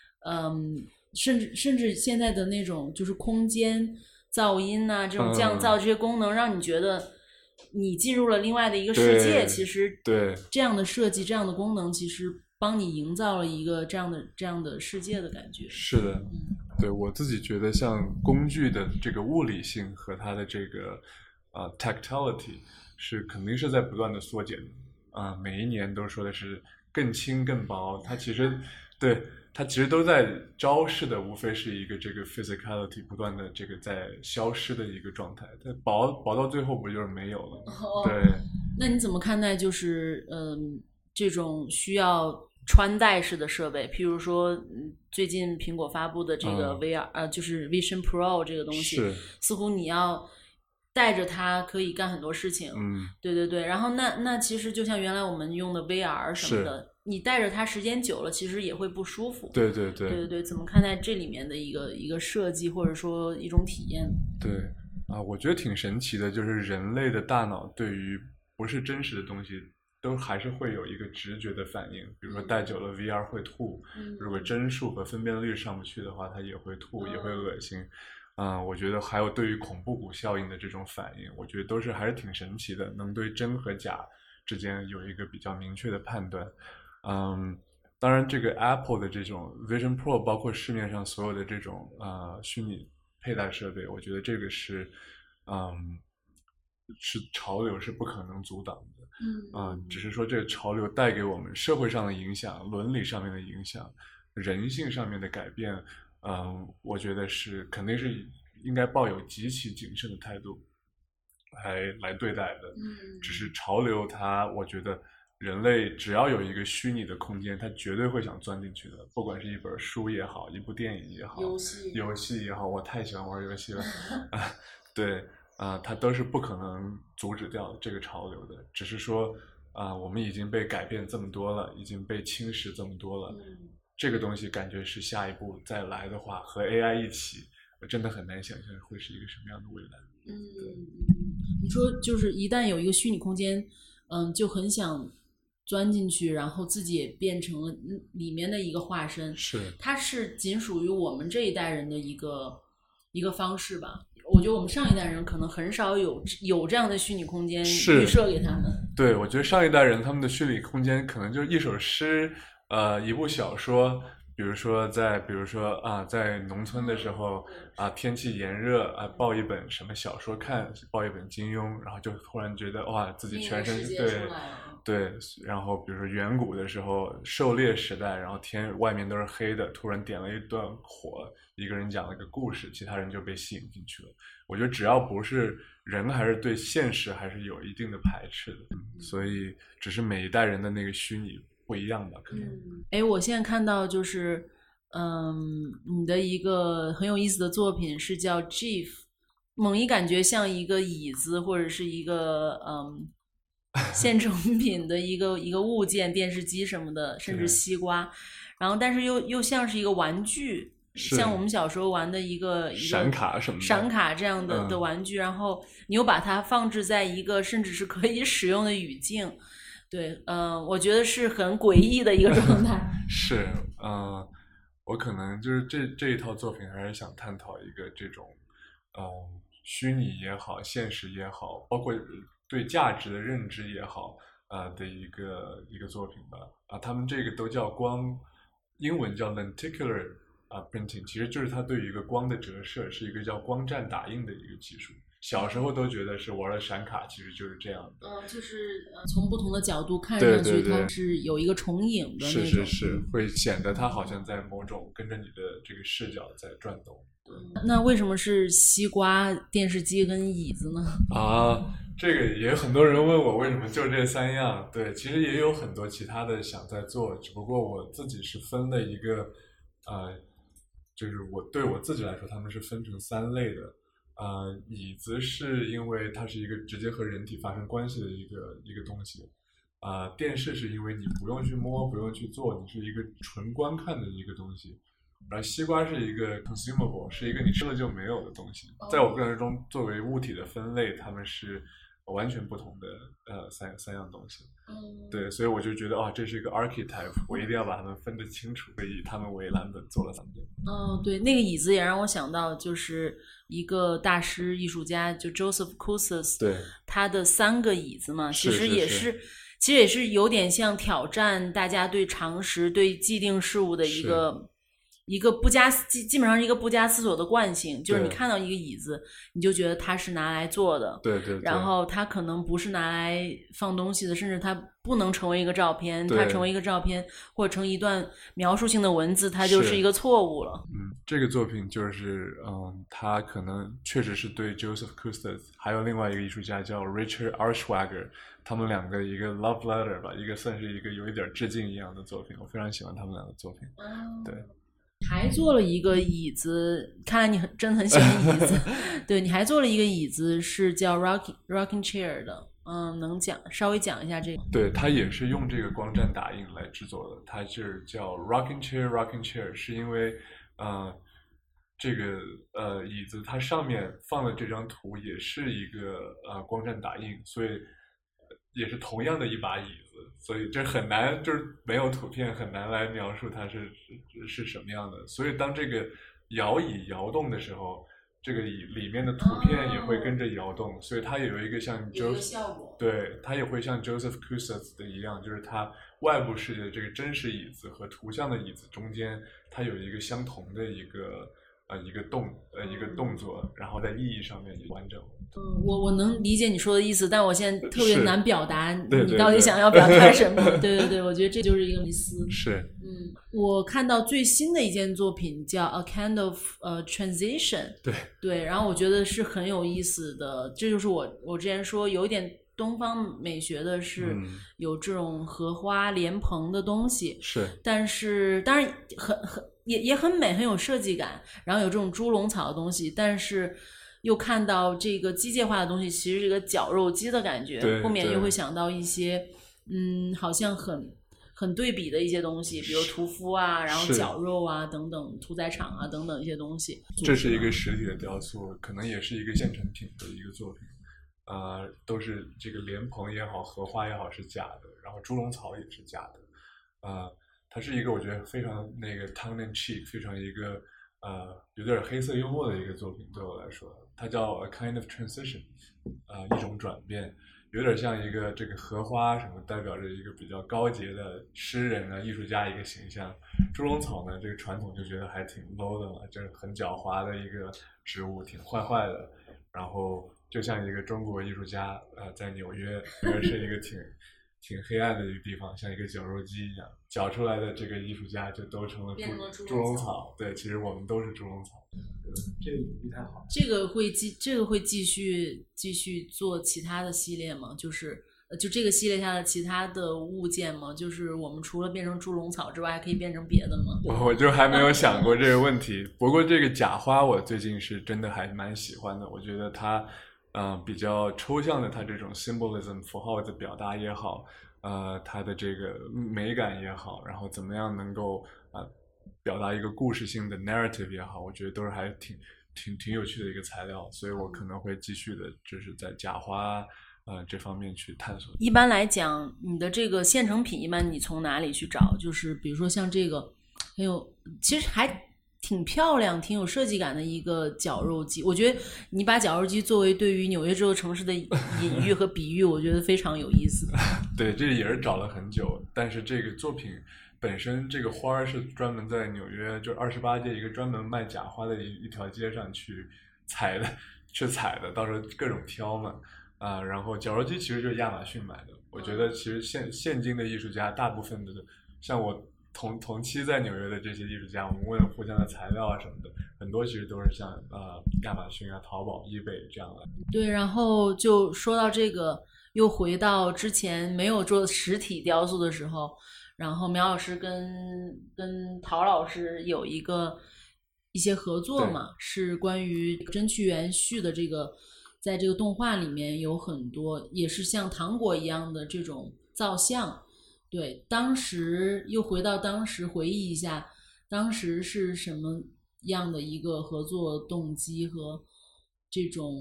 [SPEAKER 3] 甚至现在的那种就是空间噪音啊，这种降噪这些功能，让你觉得你进入了另外的一个世界。其实
[SPEAKER 2] 对
[SPEAKER 3] 这样的设计、这样的功能，其实帮你营造了一个这样的世界的感觉。
[SPEAKER 2] 是的，对，我自己觉得像工具的这个物理性和它的这个tactility 肯定是在不断的缩减每一年都说的是更轻更薄，它其实都在昭示的无非是一个这个 physicality 不断的这个在消失的一个状态，它薄到最后不就是没有了吗？对。
[SPEAKER 3] 那你怎么看待就是这种需要穿戴式的设备，譬如说最近苹果发布的这个 VR就是 Vision Pro 这个东西，似乎你要带着它可以干很多事情，对，然后那其实就像原来我们用的 VR 什么的，你带着它时间久了其实也会不舒服。
[SPEAKER 2] 对，
[SPEAKER 3] 怎么看待这里面的一个设计或者说一种体验？
[SPEAKER 2] 对我觉得挺神奇的，就是人类的大脑对于不是真实的东西都还是会有一个直觉的反应，比如说戴久了 VR 会吐，如果帧数和分辨率上不去的话，它也会吐，也会恶心。我觉得还有对于恐怖谷效应的这种反应，我觉得都是还是挺神奇的，能对真和假之间有一个比较明确的判断。当然这个 Apple 的这种 Vision Pro 包括市面上所有的这种虚拟佩戴设备，我觉得这个是潮流，是不可能阻挡的。只是说这个潮流带给我们社会上的影响、伦理上面的影响、人性上面的改变，我觉得肯定是应该抱有极其谨慎的态度来对待的。只是潮流它，我觉得人类只要有一个虚拟的空间，他绝对会想钻进去的，不管是一本书也好，一部电影也好，游戏也好，我太喜欢玩游戏了对它都是不可能阻止掉这个潮流的，只是说我们已经被改变这么多了，已经被侵蚀这么多了，这个东西感觉是下一步再来的话，和 AI 一起，我真的很难想象会是一个什么样的未来。
[SPEAKER 3] 你说就是一旦有一个虚拟空间，就很想钻进去，然后自己也变成了里面的一个化身。
[SPEAKER 2] 是，
[SPEAKER 3] 它是仅属于我们这一代人的一个方式吧。我觉得我们上一代人可能很少有这样的虚拟空间预设给他们。
[SPEAKER 2] 对，我觉得上一代人他们的虚拟空间可能就是一首诗，一部小说。比如说在农村的时候天气炎热抱一本什么小说看，抱一本金庸，然后就突然觉得哇，自己全身对，然后比如说远古的时候狩猎时代，然后天外面都是黑的，突然点了一段火，一个人讲了一个故事，其他人就被吸引进去了。我觉得只要不是人，还是对现实还是有一定的排斥的，所以只是每一代人的那个虚拟不一样吧，可能。
[SPEAKER 3] 我现在看到就是你的一个很有意思的作品是叫 GIF， 猛一感觉像一个椅子或者是一个现成品的一个物件，电视机什么的，甚至西瓜，然后但是又像是一个玩具，像我们小时候玩的一个
[SPEAKER 2] 闪卡什么的，
[SPEAKER 3] 闪卡这样的玩具，然后你又把它放置在一个甚至是可以使用的语境。对，我觉得是很诡异的一个状态。
[SPEAKER 2] 是，我可能就是这一套作品还是想探讨一个这种，虚拟也好，现实也好，包括对价值的认知也好，的一个作品吧。他们这个都叫光，英文叫 lenticular printing， 其实就是它对于一个光的折射，是一个叫光栅打印的一个技术。小时候都觉得是玩的闪卡，其实就是这样的。
[SPEAKER 3] 就是从不同的角度看上去，它是有一个重影的那种。
[SPEAKER 2] 是，会显得它好像在某种跟着你的这个视角在转动。
[SPEAKER 3] 那为什么是西瓜、电视机跟椅子呢？
[SPEAKER 2] 这个也有很多人问我为什么就这三样。对，其实也有很多其他的想在做，只不过我自己是分了一个，就是对我自己来说，他们是分成3类的。椅子是因为它是一个直接和人体发生关系的一个东西，电视是因为你不用去摸，不用去做，你是一个纯观看的一个东西。然后西瓜是一个 consumable， 是一个你吃了就没有的东西。在我个人中，作为物体的分类，它们是完全不同的三样东西。对，所以我就觉得这是一个 archetype， 我一定要把它们分得清楚，以它们为蓝本做了3个。
[SPEAKER 3] 对，那个椅子也让我想到，就是一个大师艺术家，就 Joseph Koussis，
[SPEAKER 2] 对，
[SPEAKER 3] 他的3个椅子嘛，其实也是有点像挑战大家对常识、对既定事物的一个基本上是一个不加思索的惯性，就是你看到一个椅子，你就觉得它是拿来坐的，
[SPEAKER 2] 对，
[SPEAKER 3] 然后它可能不是拿来放东西的，甚至它不能成为一个照片，它成为一个照片或者成一段描述性的文字，它就是一个错误了。
[SPEAKER 2] 这个作品就是它可能确实是对 Joseph Koussis 还有另外一个艺术家叫 Richard Arschwager， 他们2个一个 love letter 吧，一个算是一个有一点致敬一样的作品，我非常喜欢他们2个作品。对，
[SPEAKER 3] 还做了一个椅子，看来你真很喜欢椅子。对，你还做了一个椅子是叫 rocking chair 的，能稍微讲一下这个？
[SPEAKER 2] 对，它也是用这个光栅打印来制作的，它是叫 rocking chair， 是因为这个椅子它上面放的这张图也是一个光栅打印，所以也是同样的一把椅子，所以这很难，就是没有图片很难来描述它是什么样的。所以当这个摇椅摇动的时候，这个里面的图片也会跟着摇动，所以它也有一个像 Joseph， 对，它也会像 Joseph Koussis 的一样，就是它外部世界的这个真实椅子和图像的椅子中间，它有一个相同的一个动作，然后在意义上面也完整。
[SPEAKER 3] 我能理解你说的意思，但我现在特别难表达你到底想要表达什么。对，我觉得这就是一个迷思。
[SPEAKER 2] 是，
[SPEAKER 3] 我看到最新的一件作品叫 A Kind of Transition， 对，然后我觉得是很有意思的，这就是我之前说有一点东方美学的是有这种荷花莲蓬的东西，
[SPEAKER 2] 是，
[SPEAKER 3] 但是当然也很美，很有设计感，然后有这种猪笼草的东西，但是又看到这个机械化的东西，其实这个绞肉机的感觉，不免又会想到一些好像很对比的一些东西，比如屠夫啊，然后绞肉啊等等，屠宰场啊等等一些东西。
[SPEAKER 2] 这是一个实体的雕塑，可能也是一个现成品的一个作品。都是这个莲蓬也好，荷花也好是假的，然后猪笼草也是假的。它是一个我觉得非常那个 tongue in cheek， 非常一个有点黑色幽默的一个作品，对我来说，它叫 A Kind of Transition， 一种转变，有点像一个这个荷花什么代表着一个比较高洁的诗人啊、艺术家一个形象。猪笼草呢，这个传统就觉得还挺 low 的嘛，就是很狡猾的一个植物，挺坏的，然后就像一个中国艺术家在纽约是一个挺黑暗的一个地方，像一个绞肉机一样，绞出来的这个艺术家就都成了猪笼草。对，其实我们都是猪笼草。
[SPEAKER 4] 这个不太好。
[SPEAKER 3] 这个会继续做其他的系列吗？就这个系列下的其他的物件吗？就是我们除了变成猪笼草之外，还可以变成别的吗？
[SPEAKER 2] 我就还没有想过这个问题。不过这个假花我最近是真的还蛮喜欢的，我觉得它比较抽象的，它这种 symbolism 符号的表达也好，它的这个美感也好，然后怎么样能够表达一个故事性的 narrative 也好，我觉得都是还挺有趣的一个材料，所以我可能会继续的就是在假花这方面去探索。
[SPEAKER 3] 一般来讲，你的这个现成品一般你从哪里去找？就是比如说像这个其实还挺漂亮挺有设计感的一个绞肉机，我觉得你把绞肉机作为对于纽约这座城市的隐喻和比喻，我觉得非常有意思。
[SPEAKER 2] 对，这也是找了很久，但是这个作品本身这个花是专门在纽约就28街一个专门卖假花的一条街上去采的，到时候各种挑嘛。然后绞肉机其实就是亚马逊买的。我觉得其实现今的艺术家大部分的，像我同期在纽约的这些艺术家，我们为了互相的材料啊什么的，很多其实都是像亚马逊啊、淘宝、eBay 这样的。
[SPEAKER 3] 对，然后就说到这个，又回到之前没有做实体雕塑的时候，然后苗老师跟陶老师有一些合作嘛，是关于真趣园续的这个。在这个动画里面有很多也是像糖果一样的这种造像，对，当时又回到当时回忆一下，当时是什么样的一个合作动机和这种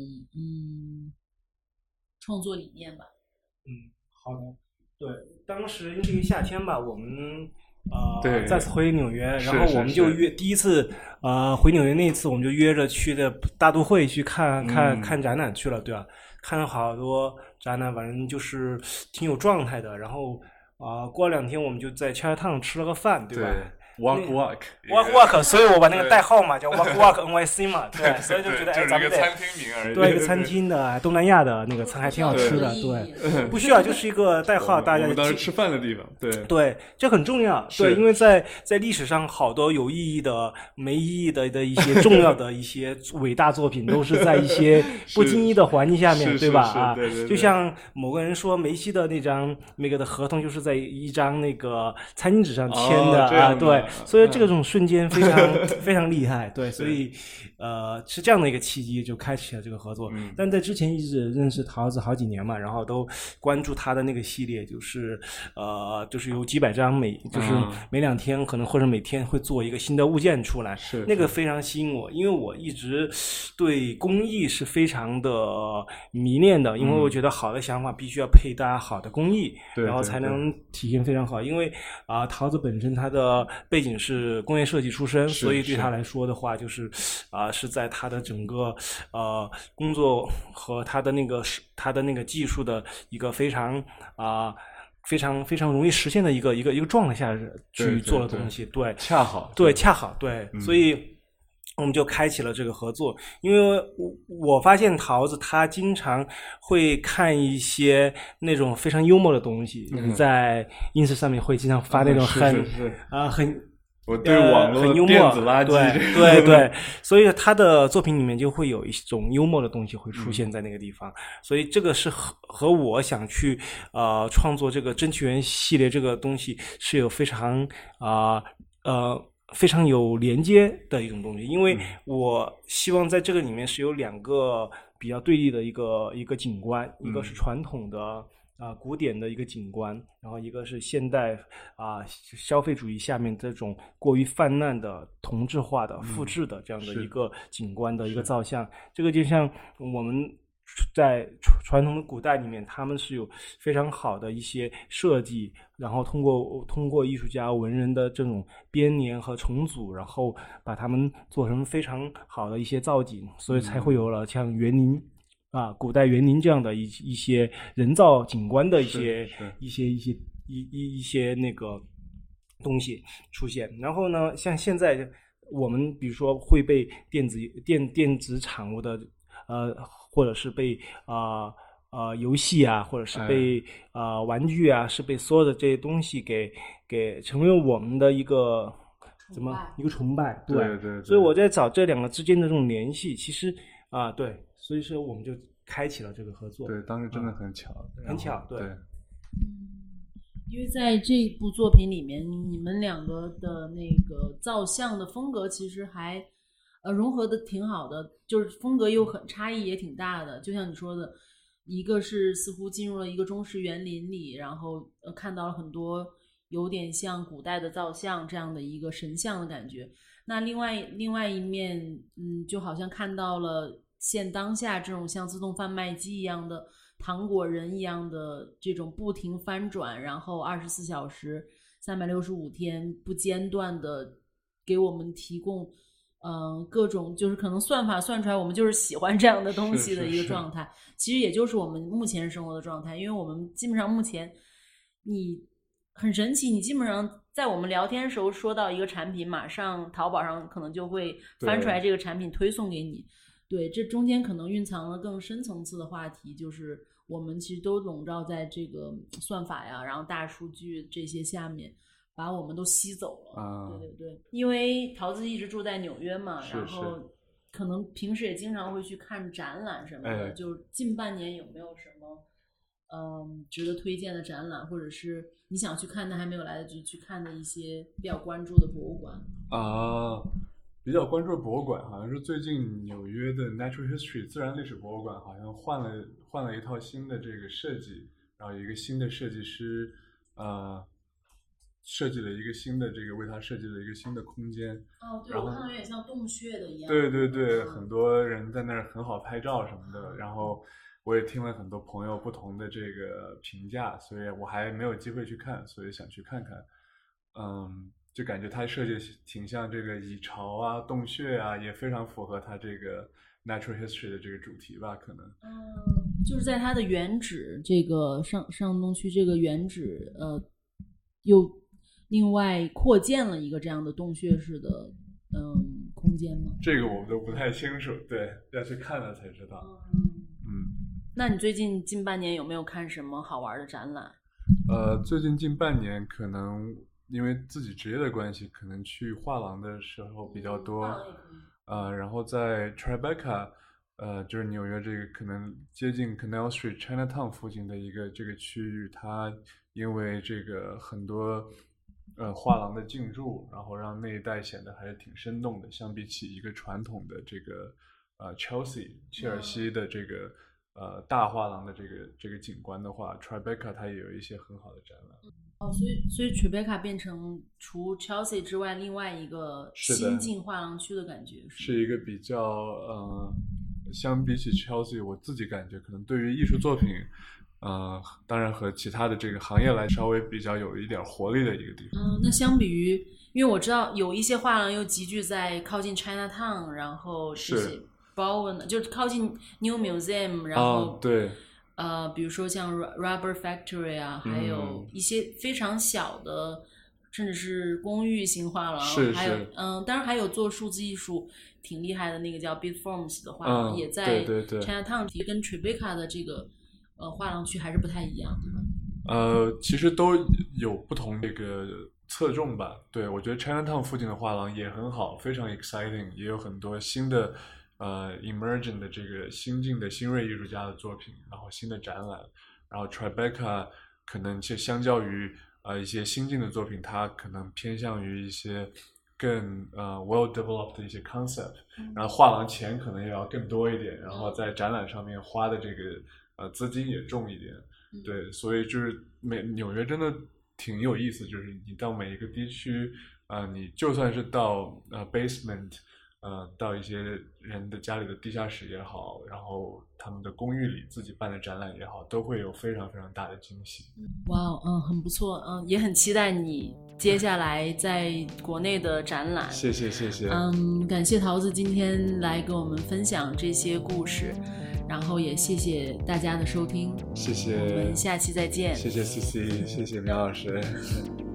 [SPEAKER 3] 创作理念吧。
[SPEAKER 4] 好的，对，当时这个夏天吧，我们再次回纽约，然后我们就第一次回纽约那一次，我们就约着去的大都会去看展览去了，对吧？看了好多展览，反正就是挺有状态的。然后过了2天，我们就在 Chinatown 吃了个饭，对吧？Walk， 所以我把那个代号嘛叫 Walk NYC 嘛，对，所以就觉得
[SPEAKER 2] 就是一个餐厅名而已，
[SPEAKER 4] 对，一个餐厅的东南亚的那个餐还挺好吃的，对，不需要，就是一个代号，大家
[SPEAKER 2] 我们当时吃饭的地方，
[SPEAKER 4] 对，这很重要，对，因为在历史上好多有意义的、没意义的一些重要的一些伟大作品，都是在一些不经意的环境下面，对吧？
[SPEAKER 2] 对，
[SPEAKER 4] 就像某个人说梅西的那张那个的合同就是在一张那个餐巾纸上签的对。所以这种瞬间非常非常厉害，对，所以是这样的一个契机就开启了这个合作。但在之前一直认识桃子好几年嘛，然后都关注他的那个系列，就是有几百张就是每2天可能或者每天会做一个新的物件出来，
[SPEAKER 2] 是
[SPEAKER 4] 那个非常吸引我，因为我一直对工艺是非常的迷恋的，因为我觉得好的想法必须要配搭好的工艺，然后才能体现非常好。因为桃子本身他的背景是工业设计出身，所以对他来说的话，就是是在他的整个工作和他的那个技术的一个非常非常容易实现的一个状态下去做的东西，对，
[SPEAKER 2] 恰好，
[SPEAKER 4] 对，所以我们就开启了这个合作。因为我发现桃子他经常会看一些那种非常幽默的东西，在 ins 上面会经常发那种很
[SPEAKER 2] 我对网络
[SPEAKER 4] 很幽默
[SPEAKER 2] 电子垃圾，
[SPEAKER 4] 对，所以他的作品里面就会有一种幽默的东西会出现在那个地方，所以这个是和我想去创作这个真纪元系列这个东西是有非常非常有连接的一种东西，因为我希望在这个里面是有两个比较对立的一个景观，一个是传统的古典的一个景观，然后一个是现代消费主义下面这种过于泛滥的同质化的复制的这样的一个景观的一个造像。这个就像我们在传统的古代里面，他们是有非常好的一些设计，然后通过艺术家文人的这种编年和重组，然后把他们做成非常好的一些造景，所以才会有了像园林古代园林这样的一些人造景观的一些那个东西出现。然后呢，像现在我们比如说会被电子产物的或者是被游戏或者是被玩具是被所有的这些东西给成为我们的一个一个崇拜，
[SPEAKER 2] 对，
[SPEAKER 4] 所以我在找这两个之间的这种联系，其实对，所以说我们就开启了这个合作。
[SPEAKER 2] 对，当时真的很巧，
[SPEAKER 4] 很巧，对。
[SPEAKER 3] 因为在这部作品里面，你们两个的那个造像的风格其实还融合的挺好的，就是风格又很差异也挺大的。就像你说的，一个是似乎进入了一个中式园林里，然后看到了很多有点像古代的造像这样的一个神像的感觉。那另外一面，就好像看到了现当下这种像自动贩卖机一样的糖果人一样的这种不停翻转，然后24小时365天不间断的给我们提供各种就是可能算法算出来我们就是喜欢这样的东西的一个状态，其实也就是我们目前生活的状态。因为我们基本上目前你很神奇，你基本上在我们聊天的时候说到一个产品，马上淘宝上可能就会翻出来这个产品推送给你。对，这中间可能蕴藏了更深层次的话题，就是我们其实都笼罩在这个算法然后大数据这些下面，把我们都吸走了。对，因为桃子一直住在纽约嘛，然后可能平时也经常会去看展览什么的。就近半年有没有什么值得推荐的展览，或者是你想去看但还没有来得及去看的一些比较关注的博物馆？
[SPEAKER 2] 比较关注的博物馆好像是最近纽约的 Natural History 自然历史博物馆好像换了一套新的这个设计，然后一个新的设计师设计了一个新的这个为他设计了一个新的空间。
[SPEAKER 3] 对，我看到有点像洞穴的一样。
[SPEAKER 2] 对，很多人在那儿很好拍照什么的。然后我也听了很多朋友不同的这个评价，所以我还没有机会去看，所以想去看看。就感觉它设计挺像这个蚁巢洞穴也非常符合它这个 natural history 的这个主题吧，可能。
[SPEAKER 3] 就是在它的原址这个上东区这个原址又另外扩建了一个这样的洞穴式的空间吗？
[SPEAKER 2] 这个我都不太清楚，对，要去看了才知道。
[SPEAKER 3] 那你最近近半年有没有看什么好玩的展览？
[SPEAKER 2] 最近近半年可能因为自己职业的关系，可能去画廊的时候比较多。然后在 Tribeca，就是纽约这个可能接近 Canal Street Chinatown 附近的一个这个区域，它因为这个很多画廊的进驻，然后让那一带显得还是挺生动的。相比起一个传统的这个切尔西的这个大画廊的这个景观的话， Tribeca 它也有一些很好的展览。
[SPEAKER 3] 所以 Tribeca 变成除 Chelsea 之外另外一个新进画廊区的感觉，
[SPEAKER 2] 是一个比较相比起 Chelsea， 我自己感觉可能对于艺术作品当然和其他的这个行业来稍微比较有一点活力的一个地方。
[SPEAKER 3] 那相比于，因为我知道有一些画廊又集聚在靠近 Chinatown， 然后这些 Bowen 就是靠近 New Museum， 然后
[SPEAKER 2] 对。
[SPEAKER 3] 比如说像 Rubber Factory 还有一些非常小的，甚至是公寓型画廊，还有当然还有做数字艺术挺厉害的那个叫 Bitforms 的画廊，也在 Chinatown， 跟 Tribeca 的这个画廊区还是不太一样，对吧？
[SPEAKER 2] 其实都有不同这个侧重吧。对，我觉得 Chinatown 附近的画廊也很好，非常 exciting， 也有很多新的emerging 的这个新晋的新锐艺术家的作品，然后新的展览。然后 Tribeca 可能就相较于一些新进的作品，它可能偏向于一些更well developed 的一些 concept， 然后画廊钱可能也要更多一点，然后在展览上面花的这个资金也重一点。对，所以就是纽约真的挺有意思，就是你到每一个地区你就算是到basement，到一些人的家里的地下室也好，然后他们的公寓里自己办的展览也好，都会有非常非常大的惊喜。
[SPEAKER 3] 哇，很不错，也很期待你接下来在国内的展览。
[SPEAKER 2] 谢谢。
[SPEAKER 3] 感谢桃子今天来跟我们分享这些故事，然后也谢谢大家的收听。
[SPEAKER 2] 谢谢，
[SPEAKER 3] 我们下期再见。
[SPEAKER 2] 谢谢 CC， 谢谢苗老师。